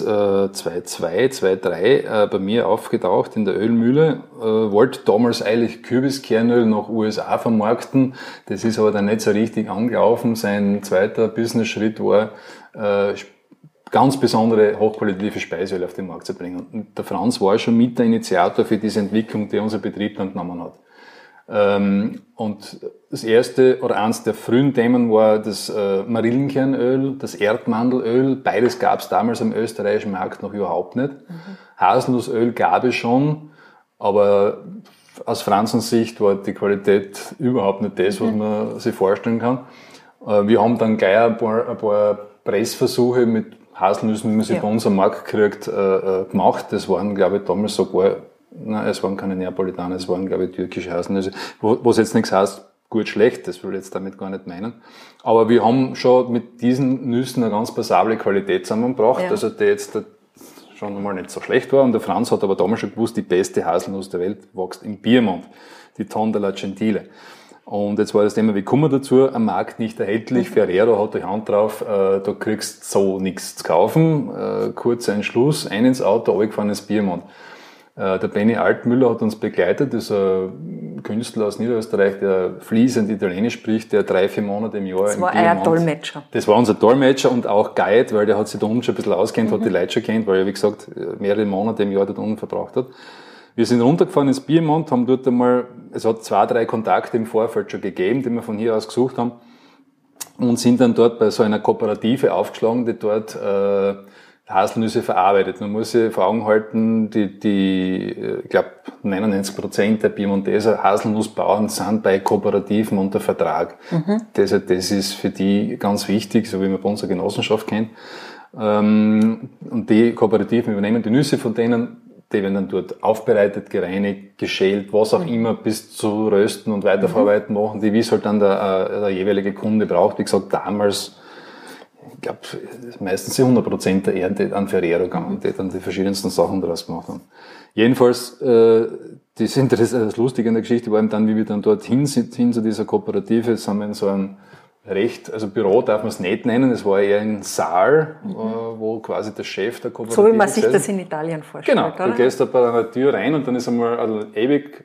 2003 bei mir aufgetaucht in der Ölmühle, wollte damals eigentlich Kürbiskernöl nach USA vermarkten. Das ist aber dann nicht so richtig angelaufen. Sein zweiter Business-Schritt war, ganz besondere hochqualitative Speiseöl auf den Markt zu bringen. Und der Franz war schon mit der Initiator für diese Entwicklung, die unser Betrieb dann genommen hat. Und das erste oder eins der frühen Themen war das Marillenkernöl, das Erdmandelöl. Beides gab es damals am österreichischen Markt noch überhaupt nicht. Haselnussöl gab es schon, aber aus Franzens Sicht war die Qualität überhaupt nicht das, was man sich vorstellen kann. Wir haben dann gleich ein paar Pressversuche mit Haselnüssen, wie man sie bei uns am Markt kriegt, gemacht. Das waren, glaube ich, damals sogar, es waren keine Neapolitaner, es waren, glaube ich, türkische Haselnüsse. Was jetzt nichts heißt, gut, schlecht, das will ich jetzt damit gar nicht meinen. Aber wir haben schon mit diesen Nüssen eine ganz passable Qualität zusammengebracht, also die jetzt schon einmal nicht so schlecht war. Und der Franz hat aber damals schon gewusst, die beste Haselnuss der Welt wächst im Piemont, die Tonda Gentile. Und jetzt war das Thema, wie kommen wir dazu? Am Markt nicht erhältlich. Ferrero hat die Hand drauf, da kriegst so nichts zu kaufen. Kurz ein Schluss, ein ins Auto, runtergefahren ins Piemont. Der Benny Altmüller hat uns begleitet, das ist ein Künstler aus Niederösterreich, der fließend Italienisch spricht, der 3, 4 Monate im Jahr im Piemont. Das war ein Dolmetscher. Das war unser Dolmetscher und auch Guide, weil der hat sich da unten schon ein bisschen auskennt, hat die Leute schon kennt, weil er, wie gesagt, mehrere Monate im Jahr dort unten verbracht hat. Wir sind runtergefahren ins Piemont, haben dort einmal, es hat 2, 3 Kontakte im Vorfeld schon gegeben, die wir von hier aus gesucht haben und sind dann dort bei so einer Kooperative aufgeschlagen, die dort Haselnüsse verarbeitet. Man muss sich vor Augen halten, ich glaube 99% der Piemonteser Haselnussbauern sind bei Kooperativen unter Vertrag. Das ist für die ganz wichtig, so wie man bei unserer Genossenschaft kennt. Und die Kooperativen übernehmen die Nüsse von denen, die werden dann dort aufbereitet, gereinigt, geschält, was auch immer, bis zu rösten und weiterverarbeiten machen, die wie es halt dann der jeweilige Kunde braucht. Wie gesagt, damals, ich glaube, meistens 100% der Ernte an Ferrero gegangen, die dann die verschiedensten Sachen daraus gemacht haben. Jedenfalls, das Lustige an der Geschichte war eben dann, wie wir dann dort hin sind, hin zu dieser Kooperative, sind wir in so einem recht, also Büro darf man es nicht nennen, es war eher ein Saal, wo quasi der Chef der Kooperative So wie man sich das in Italien vorstellt. Genau, oder? du gehst da bei einer Tür rein und dann ist einmal ein ewig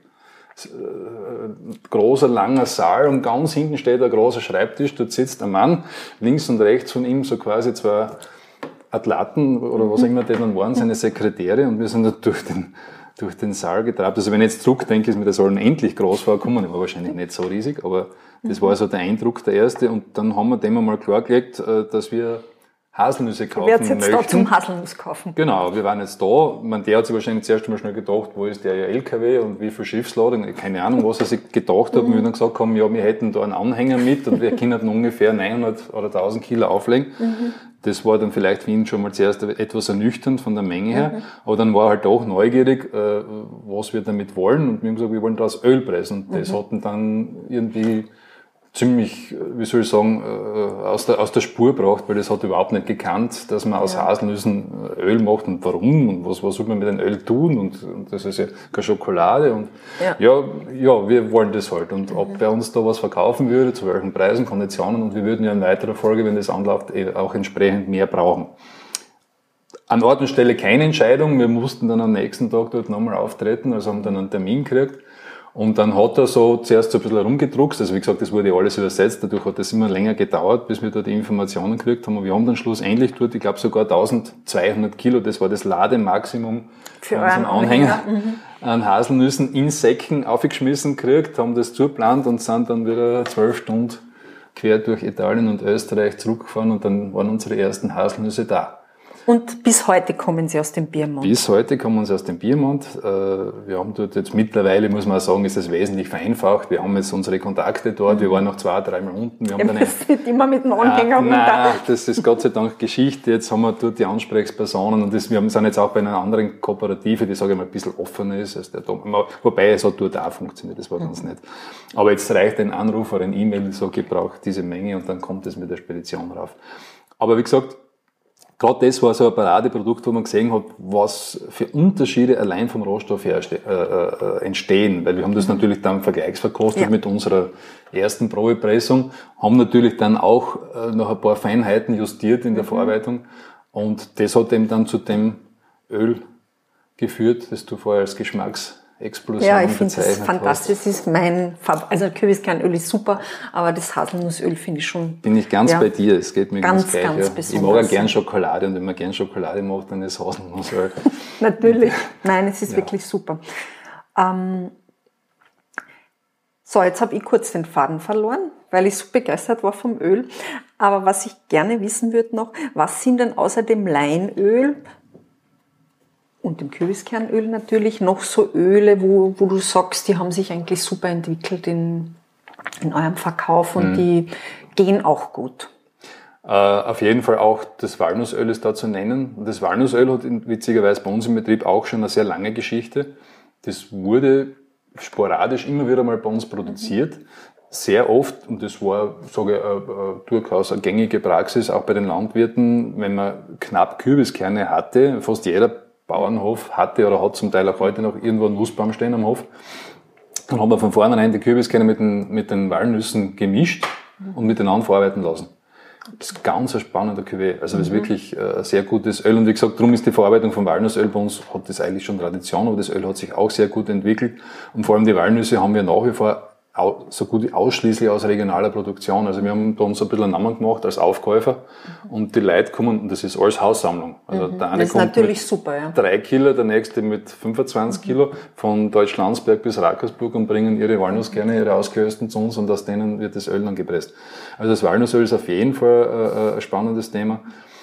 großer, langer Saal und ganz hinten steht ein großer Schreibtisch, dort sitzt ein Mann, links und rechts von ihm so quasi zwei Athleten oder was immer die dann waren, seine Sekretäre und wir sind da durch den Saal getrabt. Also wenn ich jetzt zurückdenke, ist mir das unendlich groß vorgekommen, der war wahrscheinlich nicht so riesig, aber das war so der Eindruck, der erste. Und dann haben wir dem einmal klargelegt, dass wir Haselnüsse kaufen möchten. Wer jetzt da zum Haselnuss kaufen? Genau, wir waren jetzt da. Der hat sich wahrscheinlich zuerst mal schnell gedacht, wo ist der LKW und wie viel Schiffsladung. Keine Ahnung, was er sich gedacht hat. Und wir dann gesagt haben, ja, wir hätten da einen Anhänger mit und wir können ungefähr 900 oder 1000 Kilo auflegen. Das war dann vielleicht für ihn schon mal zuerst etwas ernüchternd von der Menge her. Aber dann war er halt doch neugierig, was wir damit wollen. Und wir haben gesagt, wir wollen daraus Öl pressen. Und das hat ihn dann irgendwie ziemlich, wie soll ich sagen, aus der Spur gebracht, weil das hat überhaupt nicht gekannt, dass man aus Haselnüssen Öl macht und warum und was soll man mit dem Öl tun und das ist ja keine Schokolade und ja, wir wollen das halt und ob bei uns da was verkaufen würde, zu welchen Preisen, Konditionen und wir würden ja in weiterer Folge, wenn das anläuft, auch entsprechend mehr brauchen. An Ort und Stelle keine Entscheidung, wir mussten dann am nächsten Tag dort nochmal auftreten, also haben dann einen Termin gekriegt. Und dann hat er so zuerst so ein bisschen herumgedruckst, also wie gesagt, das wurde alles übersetzt, dadurch hat das immer länger gedauert, bis wir da die Informationen gekriegt haben. Und wir haben dann schlussendlich dort, ich glaube sogar 1200 Kilo, das war das Lademaximum für unseren Anhänger an Haselnüssen in Säcken aufgeschmissen gekriegt, haben das zugeplant und sind dann wieder 12 Stunden quer durch Italien und Österreich zurückgefahren und dann waren unsere ersten Haselnüsse da. Und bis heute kommen sie aus dem Piemont? Bis heute kommen sie aus dem Piemont. Wir haben dort jetzt mittlerweile, muss man auch sagen, ist das wesentlich vereinfacht. Wir haben jetzt unsere Kontakte dort. Wir waren noch 2-3 Mal unten. Wir haben dann nicht immer mit dem Anhänger runter. Nein, das ist Gott sei Dank Geschichte. Jetzt haben wir dort die Ansprechpersonen und wir sind jetzt auch bei einer anderen Kooperative, die, sage ich mal, ein bisschen offener ist als der Dom. Wobei es hat dort auch funktioniert, das war ganz nett. Aber jetzt reicht ein Anruf oder ein E-Mail, so gebraucht diese Menge und dann kommt es mit der Spedition rauf. Aber wie gesagt, gerade das war so ein Paradeprodukt, wo man gesehen hat, was für Unterschiede allein vom Rohstoff her entstehen. Weil wir haben das natürlich dann vergleichsverkostet mit unserer ersten Probepressung, haben natürlich dann auch noch ein paar Feinheiten justiert in der Verarbeitung. Und das hat eben dann zu dem Öl geführt, das du vorher als Geschmacksexplosion ja, ich finde das bezeichnet fantastisch. Das ist mein also Kürbiskernöl ist super, aber das Haselnussöl finde ich schon. Bin ich ganz bei dir, es geht mir ganz gleich. Ganz Ich besonders. mag auch gern Schokolade und wenn man gern Schokolade macht, dann ist Haselnussöl. Natürlich. Nein, es ist wirklich super. So, jetzt habe ich kurz den Faden verloren, weil ich so begeistert war vom Öl. Aber was ich gerne wissen würde noch, was sind denn außer dem Leinöl und dem Kürbiskernöl natürlich noch so Öle, wo du sagst, die haben sich eigentlich super entwickelt in eurem Verkauf und die gehen auch gut? Auf jeden Fall auch das Walnussöl ist da zu nennen. Und das Walnussöl hat witzigerweise bei uns im Betrieb auch schon eine sehr lange Geschichte. Das wurde sporadisch immer wieder mal bei uns produziert. Sehr oft, und das war, sage ich, durchaus eine gängige Praxis, auch bei den Landwirten, wenn man knapp Kürbiskerne hatte, fast jeder Bauernhof hatte oder hat zum Teil auch heute noch irgendwo einen Nussbaum stehen am Hof, dann haben wir von vornherein die Kürbiskerne mit den Walnüssen gemischt und miteinander verarbeiten lassen. Das ist ganz ein spannender Cuvée. Also das ist wirklich ein sehr gutes Öl. Und wie gesagt, darum ist die Verarbeitung von Walnussöl bei uns, hat das eigentlich schon Tradition, aber das Öl hat sich auch sehr gut entwickelt. Und vor allem die Walnüsse haben wir nach wie vor so gut wie ausschließlich aus regionaler Produktion. Also wir haben bei uns ein bisschen einen Namen gemacht als Aufkäufer und die Leute kommen, und das ist alles Haussammlung. Also der eine das ist kommt natürlich mit super, ja. 3 Kilo, der nächste mit 25 Kilo von Deutschlandsberg bis Rackersburg und bringen ihre Walnusskerne, ihre ausgelösten zu uns und aus denen wird das Öl dann gepresst. Also das Walnussöl ist auf jeden Fall ein spannendes Thema.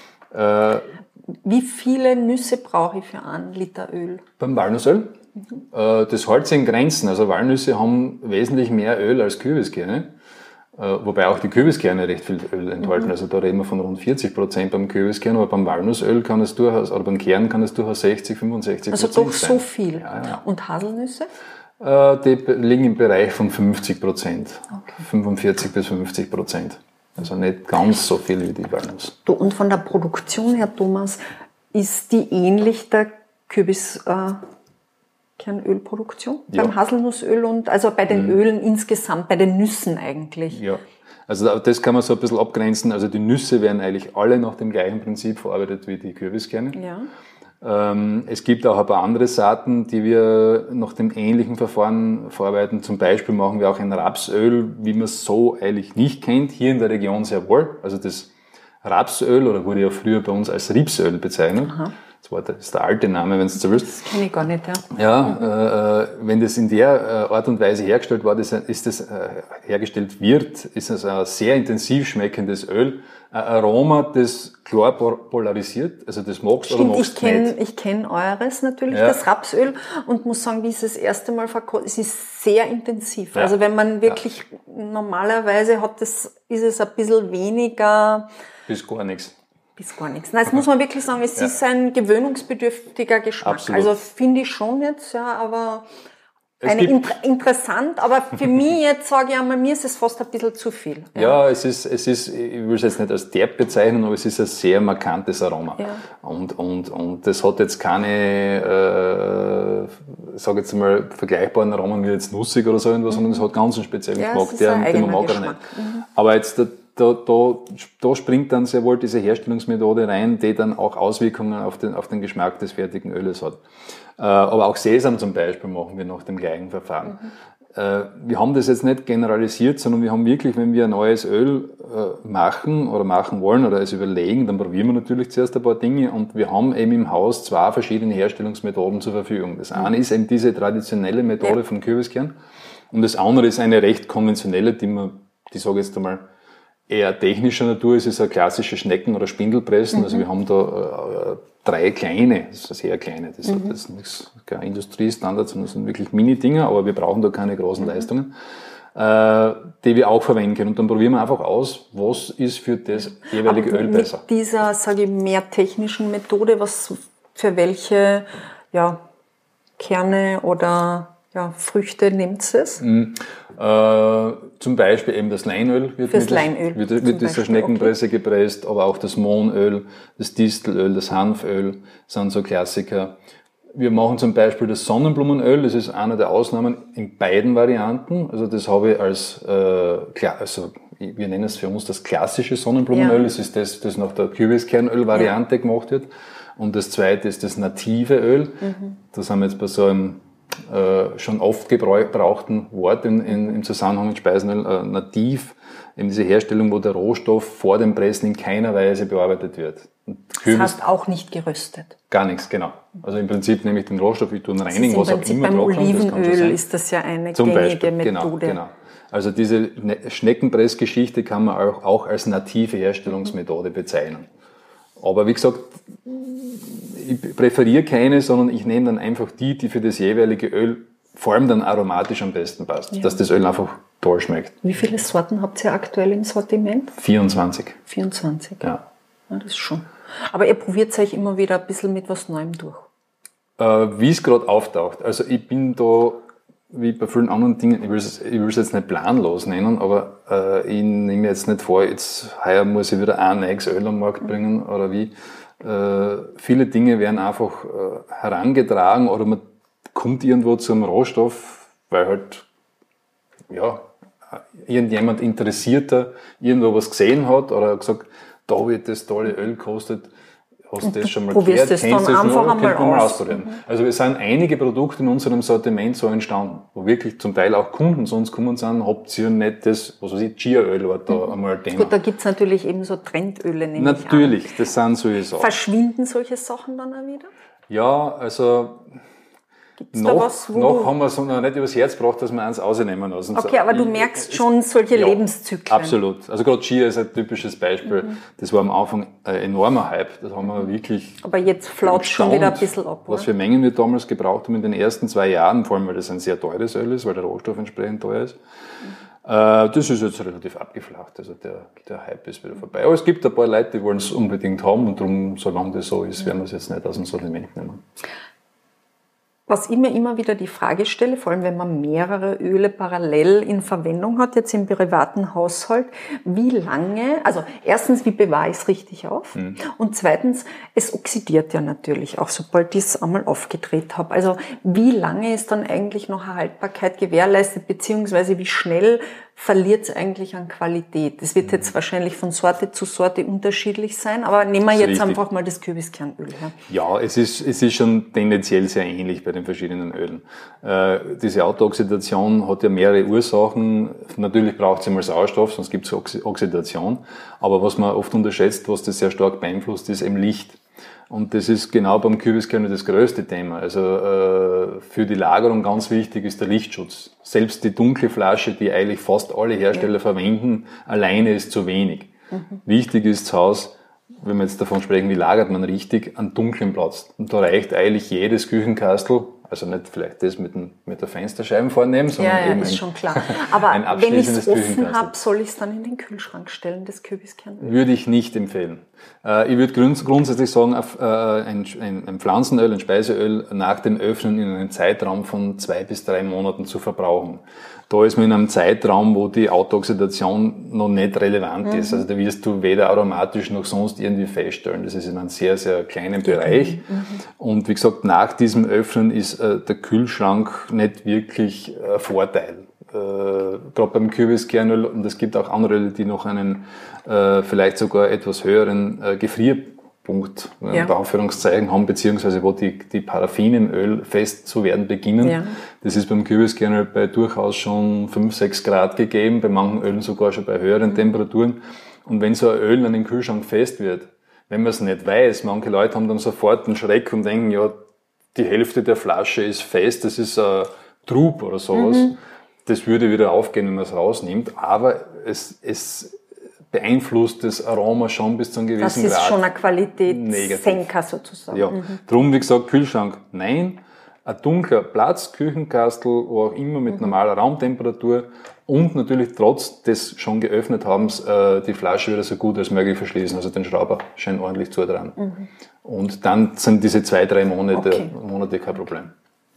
Wie viele Nüsse brauche ich für 1 Liter Öl? Beim Walnussöl? Das hält sich in Grenzen. Also Walnüsse haben wesentlich mehr Öl als Kürbiskerne, wobei auch die Kürbiskerne recht viel Öl enthalten. Also da reden wir von rund 40% beim Kürbiskern, aber beim Walnussöl kann es durchaus, oder beim Kern kann es durchaus 60-65% Also doch sein. so viel. Ja. Und Haselnüsse? Die liegen im Bereich von 50%. 45-50%. Also nicht ganz so viel wie die Walnuss. Und von der Produktion her, Thomas, ist die ähnlich der Kürbiskerne Kürbiskerölproduktion? Beim Haselnussöl und also bei den Ölen insgesamt, bei den Nüssen eigentlich? Ja, also das kann man so ein bisschen abgrenzen. Also die Nüsse werden eigentlich alle nach dem gleichen Prinzip verarbeitet wie die Kürbiskerne. Ja. Es gibt auch ein paar andere Saaten, die wir nach dem ähnlichen Verfahren verarbeiten. Zum Beispiel machen wir auch ein Rapsöl, wie man es so eigentlich nicht kennt, hier in der Region sehr wohl. Also das Rapsöl, oder wurde ja früher bei uns als Ripsöl bezeichnet. Aha. Das ist der alte Name, wenn es so willst. Das kenne ich gar nicht, ja. Ja, wenn das in der Art und Weise hergestellt hergestellt wird, ist es ein sehr intensiv schmeckendes Öl. Ein Aroma, das klar polarisiert, also das magst oder magst nicht. Ich kenne eures natürlich, das Rapsöl, und muss sagen, wie es das erste Mal verkostet, es ist sehr intensiv. Ja. Also wenn man wirklich normalerweise ist es ein bisschen weniger. Bis gar nichts. Nein, das muss man wirklich sagen, es ist ein gewöhnungsbedürftiger Geschmack. Absolut. Also finde ich schon jetzt, aber interessant, aber für mich jetzt sage ich einmal, mir ist es fast ein bisschen zu viel. Ja, es ist, ich will es jetzt nicht als derb bezeichnen, aber es ist ein sehr markantes Aroma. Ja. Und das hat jetzt keine, sage jetzt mal, vergleichbaren Aromen wie jetzt nussig oder so irgendwas, sondern es hat ganz einen speziellen Geschmack, den man mag oder nicht. Aber jetzt da springt dann sehr wohl diese Herstellungsmethode rein, die dann auch Auswirkungen auf den Geschmack des fertigen Öles hat. Aber auch Sesam zum Beispiel machen wir nach dem gleichen Verfahren. Wir haben das jetzt nicht generalisiert, sondern wir haben wirklich, wenn wir ein neues Öl machen oder machen wollen oder es überlegen, dann probieren wir natürlich zuerst ein paar Dinge, und wir haben eben im Haus 2 verschiedene Herstellungsmethoden zur Verfügung. Das eine ist eben diese traditionelle Methode vom Kürbiskern, und das andere ist eine recht konventionelle, die sage ich jetzt einmal, eher technischer Natur ist, ein klassisches Schnecken- oder Spindelpressen. Also wir haben da 3 kleine, das ist sehr kleine, das ist kein Industriestandard, sondern das sind wirklich Mini-Dinger, aber wir brauchen da keine großen Leistungen, die wir auch verwenden können. Und dann probieren wir einfach aus, was ist für das jeweilige Öl besser. Mit dieser, sage ich, mehr technischen Methode, was für welche Kerne oder Früchte nimmt es? Zum Beispiel eben das Leinöl wird dieser Schneckenpresse gepresst, aber auch das Mohnöl, das Distelöl, das Hanföl sind so Klassiker. Wir machen zum Beispiel das Sonnenblumenöl, das ist eine der Ausnahmen in beiden Varianten. Also das habe ich wir nennen es für uns das klassische Sonnenblumenöl, das ist das nach der Kürbiskernöl-Variante gemacht wird. Und das zweite ist das native Öl. Das haben wir jetzt bei so einem schon oft gebrauchten Wort im Zusammenhang mit Speisenöl, nativ, eben diese Herstellung, wo der Rohstoff vor dem Pressen in keiner Weise bearbeitet wird. Das heißt auch nicht geröstet? Gar nichts, genau. Also im Prinzip nehme ich den Rohstoff, ich tue ihn reinigen, was auch immer. Beim Olivenöl ist das ja eine gängige Methode. Genau. Also diese Schneckenpressgeschichte kann man auch als native Herstellungsmethode bezeichnen. Aber wie gesagt, ich präferiere keine, sondern ich nehme dann einfach die für das jeweilige Öl vor allem dann aromatisch am besten passt, dass das Öl einfach toll schmeckt. Wie viele Sorten habt ihr aktuell im Sortiment? 24. 24? Ja. Das ist schon. Aber ihr probiert euch immer wieder ein bisschen mit was Neuem durch? Wie es gerade auftaucht. Also ich bin da, wie bei vielen anderen Dingen, ich will es jetzt nicht planlos nennen, aber ich nehme jetzt nicht vor, heuer muss ich wieder ein neues Öl am Markt bringen oder wie. Viele Dinge werden einfach herangetragen oder man kommt irgendwo zum Rohstoff, weil halt irgendjemand Interessierter irgendwo was gesehen hat oder gesagt, da wird das tolle Öl gekostet. Hast du das schon mal gehört? Kennst du das dann einfach einmal ausprobieren. Also es sind einige Produkte in unserem Sortiment so entstanden, wo wirklich zum Teil auch Kunden zu uns kommen sind, habt ihr nicht das, was weiß ich, Chia-Öl war da einmal ein Thema. Gut, da gibt's natürlich eben so Trendöle, nehme ich an. Natürlich, das sind solche Sachen. Verschwinden solche Sachen dann auch wieder? Ja, also noch haben wir es noch nicht übers Herz gebracht, dass wir eins rausnehmen lassen. Okay, aber du merkst schon solche Lebenszyklen. Absolut. Also gerade Chia ist ein typisches Beispiel. Das war am Anfang ein enormer Hype. Das haben wir wirklich. Aber jetzt flaut schon wieder ein bisschen ab. Was für Mengen wir damals gebraucht haben in den ersten 2 Jahren, vor allem weil das ein sehr teures Öl ist, weil der Rohstoff entsprechend teuer ist. Das ist jetzt relativ abgeflacht. Also der Hype ist wieder vorbei. Aber es gibt ein paar Leute, die wollen es unbedingt haben, und darum, solange das so ist, werden wir es jetzt nicht aus dem Sortiment nehmen. Was ich mir immer wieder die Frage stelle, vor allem wenn man mehrere Öle parallel in Verwendung hat, jetzt im privaten Haushalt, wie lange, also erstens, wie bewahre ich es richtig auf? Und zweitens, es oxidiert ja natürlich auch, sobald ich es einmal aufgedreht habe. Also wie lange ist dann eigentlich noch eine Haltbarkeit gewährleistet, beziehungsweise wie schnell verliert es eigentlich an Qualität? Das wird jetzt wahrscheinlich von Sorte zu Sorte unterschiedlich sein, aber nehmen wir jetzt einfach mal das Kürbiskernöl her. Ja, es ist schon tendenziell sehr ähnlich bei den verschiedenen Ölen. Diese Autooxidation hat ja mehrere Ursachen. Natürlich braucht es einmal Sauerstoff, sonst gibt es Oxidation. Aber was man oft unterschätzt, was das sehr stark beeinflusst, ist eben Licht. Und das ist genau beim Kürbiskernöl das größte Thema. Also für die Lagerung ganz wichtig ist der Lichtschutz. Selbst die dunkle Flasche, die eigentlich fast alle Hersteller verwenden, alleine ist zu wenig. Wichtig ist zu Hause, wenn wir jetzt davon sprechen, wie lagert man richtig, einen dunklen Platz. Und da reicht eigentlich jedes Küchenkastel, also nicht vielleicht das mit der Fensterscheiben vornehmen, sondern ja, eben ist schon klar. Aber ein wenn ich es offen Küchenkastel. habe, soll ich es dann in den Kühlschrank stellen, das Kürbiskernöl? Würde ich nicht empfehlen. Ich würde grundsätzlich sagen, ein Pflanzenöl, ein Speiseöl nach dem Öffnen in einem Zeitraum von 2 bis 3 Monaten zu verbrauchen. Da ist man in einem Zeitraum, wo die Autooxidation noch nicht relevant ist. Also da wirst du weder aromatisch noch sonst irgendwie feststellen. Das ist in einem sehr, sehr kleinen Bereich. Und wie gesagt, nach diesem Öffnen ist der Kühlschrank nicht wirklich ein Vorteil. Gerade beim Kürbiskernöl, und es gibt auch andere Öle, die noch einen vielleicht sogar etwas höheren Gefrierpunkt in Anführungszeichen haben, beziehungsweise wo die Paraffine im Öl fest zu werden beginnen. Ja. Das ist beim Kürbiskernöl bei durchaus schon 5-6 Grad gegeben, bei manchen Ölen sogar schon bei höheren Temperaturen. Und wenn so ein Öl an den Kühlschrank fest wird, wenn man es nicht weiß, manche Leute haben dann sofort einen Schreck und denken, ja, die Hälfte der Flasche ist fest, das ist Trub oder sowas. Das würde wieder aufgehen, wenn man es rausnimmt, aber es beeinflusst das Aroma schon bis zu einem gewissen Grad. Das ist schon ein Qualitätssenker sozusagen. Ja, drum wie gesagt, Kühlschrank nein, ein dunkler Platz, Küchenkastel, wo auch immer mit normaler Raumtemperatur und natürlich trotz des schon geöffnet Habens die Flasche wieder so gut als möglich verschließen, also den Schrauber schön ordentlich zudrehen. Und dann sind diese 2-3 Monate kein Problem.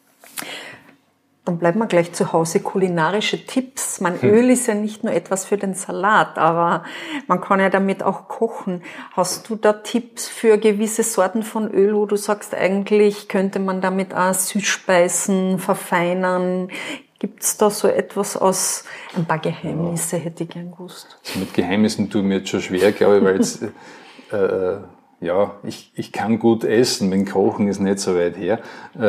Dann bleiben wir gleich zu Hause. Kulinarische Tipps. Öl ist ja nicht nur etwas für den Salat, aber man kann ja damit auch kochen. Hast du da Tipps für gewisse Sorten von Öl, wo du sagst, eigentlich könnte man damit auch Süßspeisen verfeinern? Gibt's da so etwas aus, ein paar Geheimnisse hätte ich gern gewusst. Mit Geheimnissen tue ich mir jetzt schon schwer, glaube ich, weil jetzt, ich kann gut essen, mit Kochen ist nicht so weit her.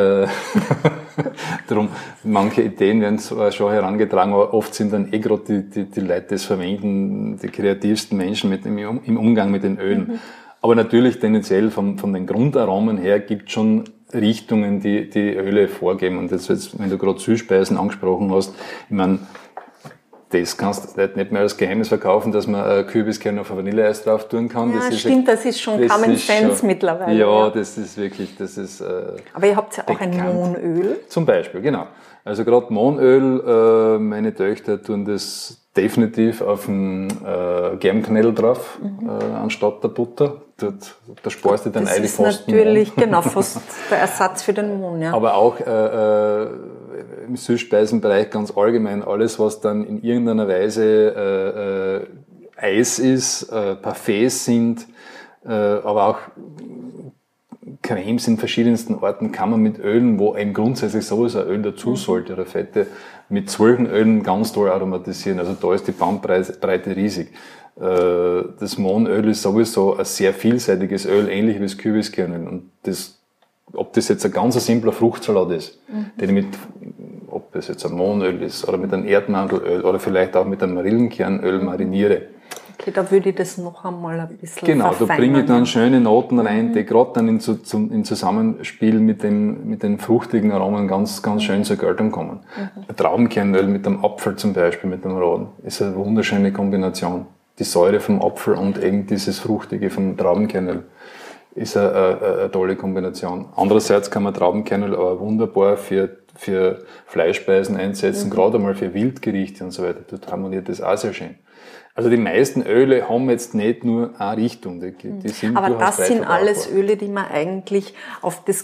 Darum, manche Ideen werden zwar schon herangetragen, aber oft sind dann gerade die Leute, die es verwenden, die kreativsten Menschen im Umgang mit den Ölen. Aber natürlich tendenziell von den Grundaromen her gibt es schon Richtungen, die Öle vorgeben. Und jetzt, wenn du gerade Süßspeisen angesprochen hast, ich meine, das kannst du nicht mehr als Geheimnis verkaufen, dass man Kürbiskern auf ein Vanilleeis drauf tun kann. Ja, das stimmt, das ist schon Common Sense mittlerweile. Ja, das ist wirklich, aber ihr habt ja auch ein Mohnöl. Zum Beispiel, genau. Also gerade Mohnöl, meine Töchter tun das definitiv auf den Germknödel drauf, anstatt der Butter. Da sparst du dann eigentlich fast. Das ist natürlich, fast der Ersatz für den Mohn, ja. Aber auch im Süßspeisenbereich ganz allgemein, alles, was dann in irgendeiner Weise Eis ist, Parfaits sind, aber auch Cremes in verschiedensten Orten, kann man mit Ölen, wo eben grundsätzlich sowieso ein Öl dazu sollte oder Fette, mit solchen Ölen ganz toll aromatisieren. Also da ist die Bandbreite riesig. Das Mohnöl ist sowieso ein sehr vielseitiges Öl, ähnlich wie das Kürbiskernöl. Und ob das jetzt ein ganz simpler Fruchtsalat ist, den ob das jetzt ein Mohnöl ist oder mit einem Erdmandelöl oder vielleicht auch mit einem Marillenkernöl mariniere. Okay, da würde ich das noch einmal ein bisschen Genau, da bringe ich dann schöne Noten rein, die gerade dann in Zusammenspiel mit den fruchtigen Aromen ganz, ganz schön zur Geltung kommen. Ein Traubenkernöl mit einem Apfel zum Beispiel, mit dem roten, ist eine wunderschöne Kombination. Die Säure vom Apfel und eben dieses Fruchtige vom Traubenkernöl ist eine tolle Kombination. Andererseits kann man Traubenkernöl aber wunderbar für Fleischspeisen einsetzen, gerade einmal für Wildgerichte und so weiter. Dort harmoniert das auch sehr schön. Also die meisten Öle haben jetzt nicht nur eine Richtung. Die sind aber das sind alles Öle, die man eigentlich auf das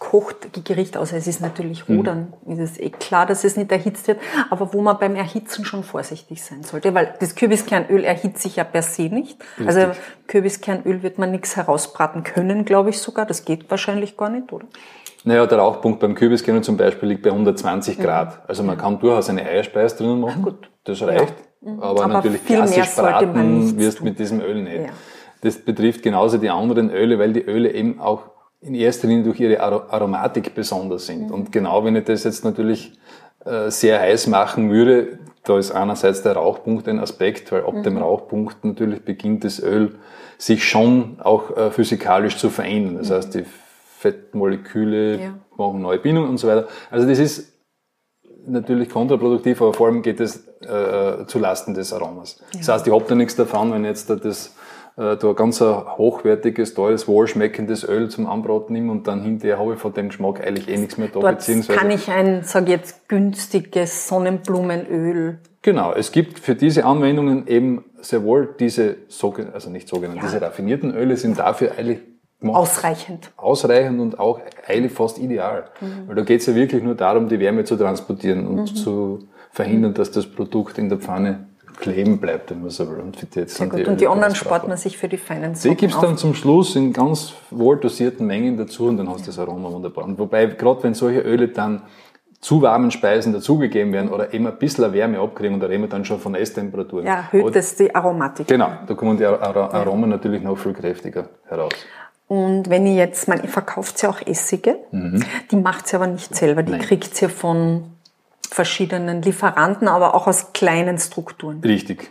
gekocht Gericht, außer es ist natürlich roh, dann ist es eh klar, dass es nicht erhitzt wird, aber wo man beim Erhitzen schon vorsichtig sein sollte, weil das Kürbiskernöl erhitzt sich ja per se nicht. Richtig. Also Kürbiskernöl wird man nichts herausbraten können, glaube ich sogar. Das geht wahrscheinlich gar nicht, oder? Naja, der Rauchpunkt beim Kürbiskernöl zum Beispiel liegt bei 120 Grad. Also man kann durchaus eine Eierspeise drinnen machen, gut. das reicht. Aber natürlich viel mehr klassisch sollte man braten nicht wirst tun. mit diesem Öl nicht. Ja. Das betrifft genauso die anderen Öle, weil die Öle eben auch in erster Linie durch ihre Aromatik besonders sind. Und genau wenn ich das jetzt natürlich sehr heiß machen würde, da ist einerseits der Rauchpunkt ein Aspekt, weil ab dem Rauchpunkt natürlich beginnt das Öl sich schon auch physikalisch zu verändern. Das heißt, die Fettmoleküle machen neue Bindungen und so weiter. Also das ist natürlich kontraproduktiv, aber vor allem geht es zu Lasten des Aromas. Das heißt, ich habe da nichts davon, wenn jetzt da ein ganz hochwertiges, teures, wohlschmeckendes Öl zum Anbraten nehme und dann hinterher habe ich von dem Geschmack eigentlich nichts mehr da. Dort kann ich ein, sage jetzt, günstiges Sonnenblumenöl. Genau, es gibt für diese Anwendungen eben sehr wohl diese diese raffinierten Öle sind dafür eigentlich ausreichend und auch eigentlich fast ideal. Weil da geht es ja wirklich nur darum, die Wärme zu transportieren und zu verhindern, dass das Produkt in der Pfanne kleben bleibt, wenn man so will. Und, und die anderen spart man sich für die feinen Sorten. Die gibst dann zum Schluss in ganz wohl dosierten Mengen dazu und dann hast du das Aroma wunderbar. Und wobei, gerade wenn solche Öle dann zu warmen Speisen dazugegeben werden oder eben ein bisschen Wärme abkriegen, und da reden wir dann schon von Esstemperaturen. Ja, erhöht das die Aromatik. Genau, da kommen die Aromen natürlich noch viel kräftiger heraus. Und wenn ihr jetzt, ihr verkauft ja auch Essige, die macht sie aber nicht selber, die kriegt sie von verschiedenen Lieferanten, aber auch aus kleinen Strukturen. Richtig.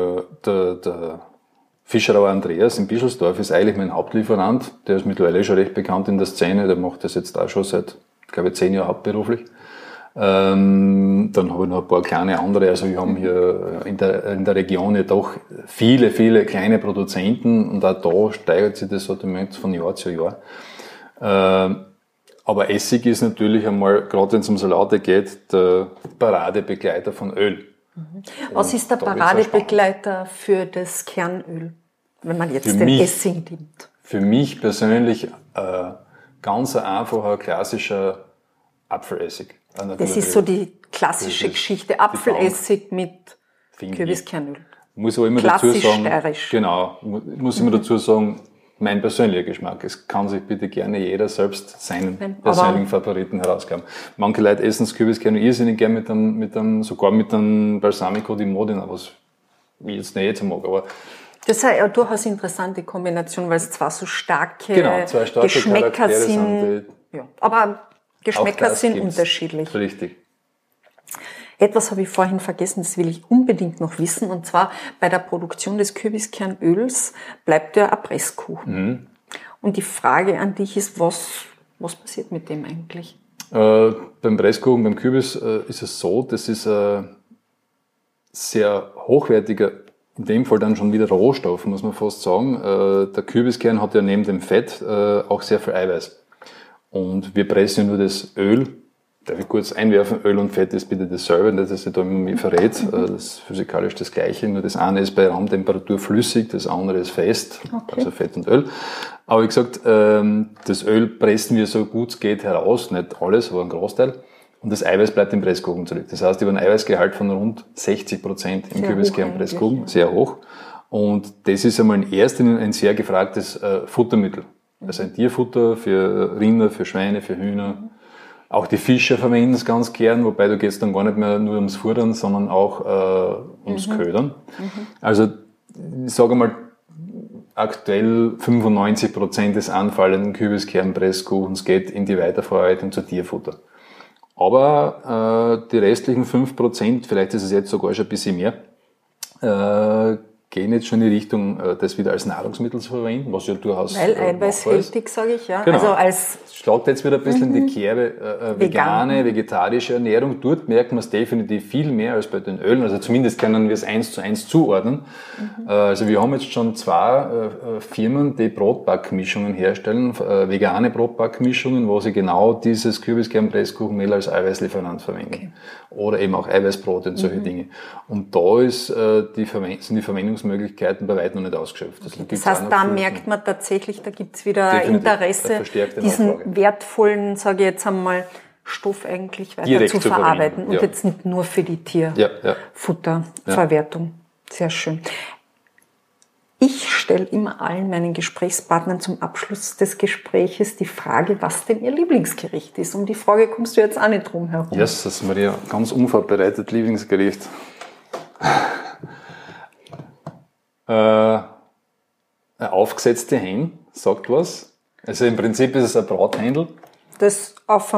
Der Fischerauer Andreas in Bischelsdorf ist eigentlich mein Hauptlieferant. Der ist mittlerweile schon recht bekannt in der Szene. Der macht das jetzt auch schon seit, glaube ich, 10 Jahren hauptberuflich. Dann habe ich noch ein paar kleine andere. Also wir haben hier in der Region ja doch viele, viele kleine Produzenten und auch da steigert sich das Sortiment von Jahr zu Jahr. Aber Essig ist natürlich einmal, gerade wenn es um Salate geht, der Paradebegleiter von Öl. Was ist der Paradebegleiter für das Kernöl, wenn man jetzt den Essig nimmt? Für mich persönlich ganz einfacher, klassischer Apfelessig. Das ist so die klassische Geschichte, Apfelessig mit Kürbiskernöl. Muss aber immer dazu sagen, steirisch. Genau, muss immer dazu sagen, mein persönlicher Geschmack. Es kann sich bitte gerne jeder selbst seinen persönlichen Favoriten herausgraben. Manche Leute essen das Kürbiskernöl irrsinnig gerne sogar mit einem Balsamico di Modena, was ich jetzt nicht mag, aber das ist ja durchaus eine interessante Kombination, weil es zwei starke Geschmäcker Charaktere sind. Aber Geschmäcker sind unterschiedlich. Richtig. Etwas habe ich vorhin vergessen, das will ich unbedingt noch wissen, und zwar bei der Produktion des Kürbiskernöls bleibt der Abrisskuchen. Und die Frage an dich ist, was passiert mit dem eigentlich? Beim Presskuchen, beim Kürbis ist es so, das ist sehr hochwertiger, in dem Fall dann schon wieder Rohstoff, muss man fast sagen. Der Kürbiskern hat ja neben dem Fett auch sehr viel Eiweiß. Und wir pressen ja nur das Öl. Darf ich kurz einwerfen, Öl und Fett ist bitte dasselbe, nicht, dass ich da immer verrät. Das ist physikalisch das Gleiche, nur das eine ist bei Raumtemperatur flüssig, das andere ist fest, also Fett und Öl. Aber wie gesagt, das Öl pressen wir so gut es geht heraus, nicht alles, aber ein Großteil. Und das Eiweiß bleibt im Presskuchen zurück. Das heißt, über ein Eiweißgehalt von rund 60% im Kürbiskern-Presskuchen, sehr hoch. Und das ist einmal in erster Linie ein sehr gefragtes Futtermittel. Also ein Tierfutter für Rinder, für Schweine, für Hühner. Auch die Fischer verwenden es ganz gern, wobei da geht es dann gar nicht mehr nur ums Futtern, sondern auch ums Ködern. Also ich sage mal, aktuell 95% des anfallenden Kürbiskernpresskuchens geht in die Weiterverarbeitung zu Tierfutter. Aber die restlichen 5%, vielleicht ist es jetzt sogar schon ein bisschen mehr, gehen jetzt schon in die Richtung, das wieder als Nahrungsmittel zu verwenden, was ja durchaus weil eiweißhaltig, sage ich, ja. Genau. Also als schlägt jetzt wieder ein bisschen in die Kerbe vegane, vegetarische Ernährung. Dort merkt man es definitiv viel mehr als bei den Ölen. Also zumindest können wir es 1:1 zuordnen. Also wir haben jetzt schon 2 Firmen, die Brotbackmischungen herstellen, vegane Brotbackmischungen, wo sie genau dieses Kürbiskernpresskuchenmehl als Eiweißlieferant verwenden. Oder eben auch Eiweißbrot und solche Dinge. Und da ist sind die Verwendungsmöglichkeiten Zukunftsmöglichkeiten bei weitem noch nicht ausgeschöpft. Das heißt, da merkt man tatsächlich, da gibt es wieder definitiv Interesse, diesen Nachfrage. wertvollen, sage ich jetzt einmal, Stoff eigentlich weiter Direkt zu zu verarbeiten verwenden, und ja. jetzt nicht nur für die Tierfutterverwertung. Sehr schön. Ich stelle immer allen meinen Gesprächspartnern zum Abschluss des Gespräches die Frage, was denn ihr Lieblingsgericht ist. Um die Frage kommst du jetzt auch nicht drum herum. Yes, das ist Maria, ganz unvorbereitet Lieblingsgericht. Eine aufgesetzte Hen, sagt was. Also im Prinzip ist es ein Brathändel. Das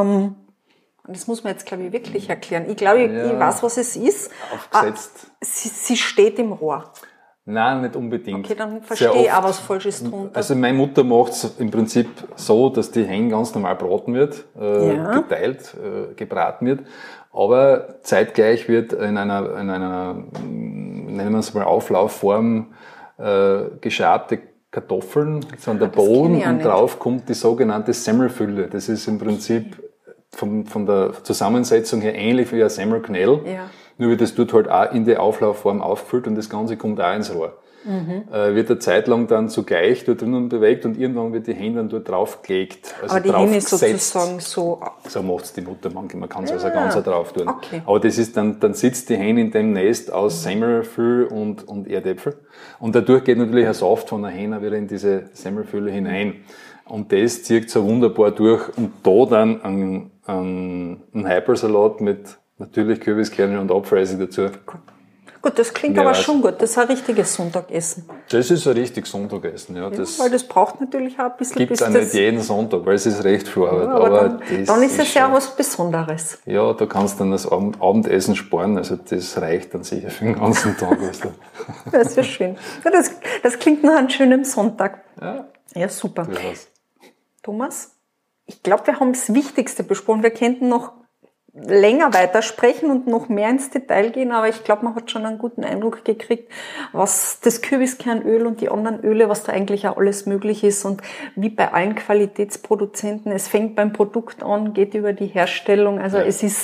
muss man jetzt, glaube ich, wirklich erklären. Ich glaube, ich weiß, was es ist. Aufgesetzt. Sie steht im Rohr. Nein, nicht unbedingt. Okay, dann verstehe ich auch was Falsches drunter. Also meine Mutter macht es im Prinzip so, dass die Hen ganz normal braten wird, geteilt, gebraten wird. Aber zeitgleich wird in einer nennen wir es mal Auflaufform, geschabte Kartoffeln, so an der Boden und drauf kommt die sogenannte Semmelfülle. Das ist im Prinzip von der Zusammensetzung her ähnlich wie ein Semmelknödel. Ja. Nur wird das dort halt auch in die Auflaufform aufgefüllt und das Ganze kommt auch ins Rohr. Wird eine Zeit lang dann zugleich dort drinnen bewegt und irgendwann wird die Hen dann dort draufgelegt. Also aber die Hen ist sozusagen so... So macht's die Mutter manchmal, man kann es also ganz drauf tun. Okay. Aber das ist dann sitzt die Hen in dem Nest aus Semmelfüll und Erdäpfel und dadurch geht natürlich ein Saft von der Hen wieder in diese Semmelfülle hinein. Und das zieht so wunderbar durch und da dann ein Heipersalat mit natürlich Kürbiskerne und Apfelessig dazu. Gut, das klingt aber schon gut. Das ist ein richtiges Sonntagessen. Das ist ein richtiges Sonntagessen, ja. Weil das braucht natürlich auch ein bisschen... Gibt es auch nicht jeden Sonntag, weil es ist recht viel Arbeit. Aber dann ist es ja auch was Besonderes. Ja, da kannst du dann das Abendessen sparen, also das reicht dann sicher für den ganzen Tag. Also. Das ist ja schön. Ja, das klingt nach einem schönen Sonntag. Ja, super. Thomas, ich glaube, wir haben das Wichtigste besprochen. Wir könnten noch länger weitersprechen und noch mehr ins Detail gehen, aber ich glaube, man hat schon einen guten Eindruck gekriegt, was das Kürbiskernöl und die anderen Öle, was da eigentlich auch alles möglich ist und wie bei allen Qualitätsproduzenten, es fängt beim Produkt an, geht über die Herstellung, also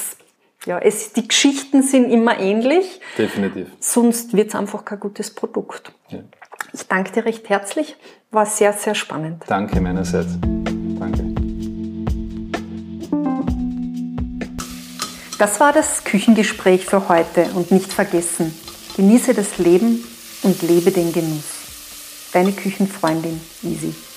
die Geschichten sind immer ähnlich. Definitiv. Sonst wird es einfach kein gutes Produkt. Ja. Ich danke dir recht herzlich, war sehr, sehr spannend. Danke meinerseits. Danke. Das war das Küchengespräch für heute und nicht vergessen, genieße das Leben und lebe den Genuss. Deine Küchenfreundin Isi.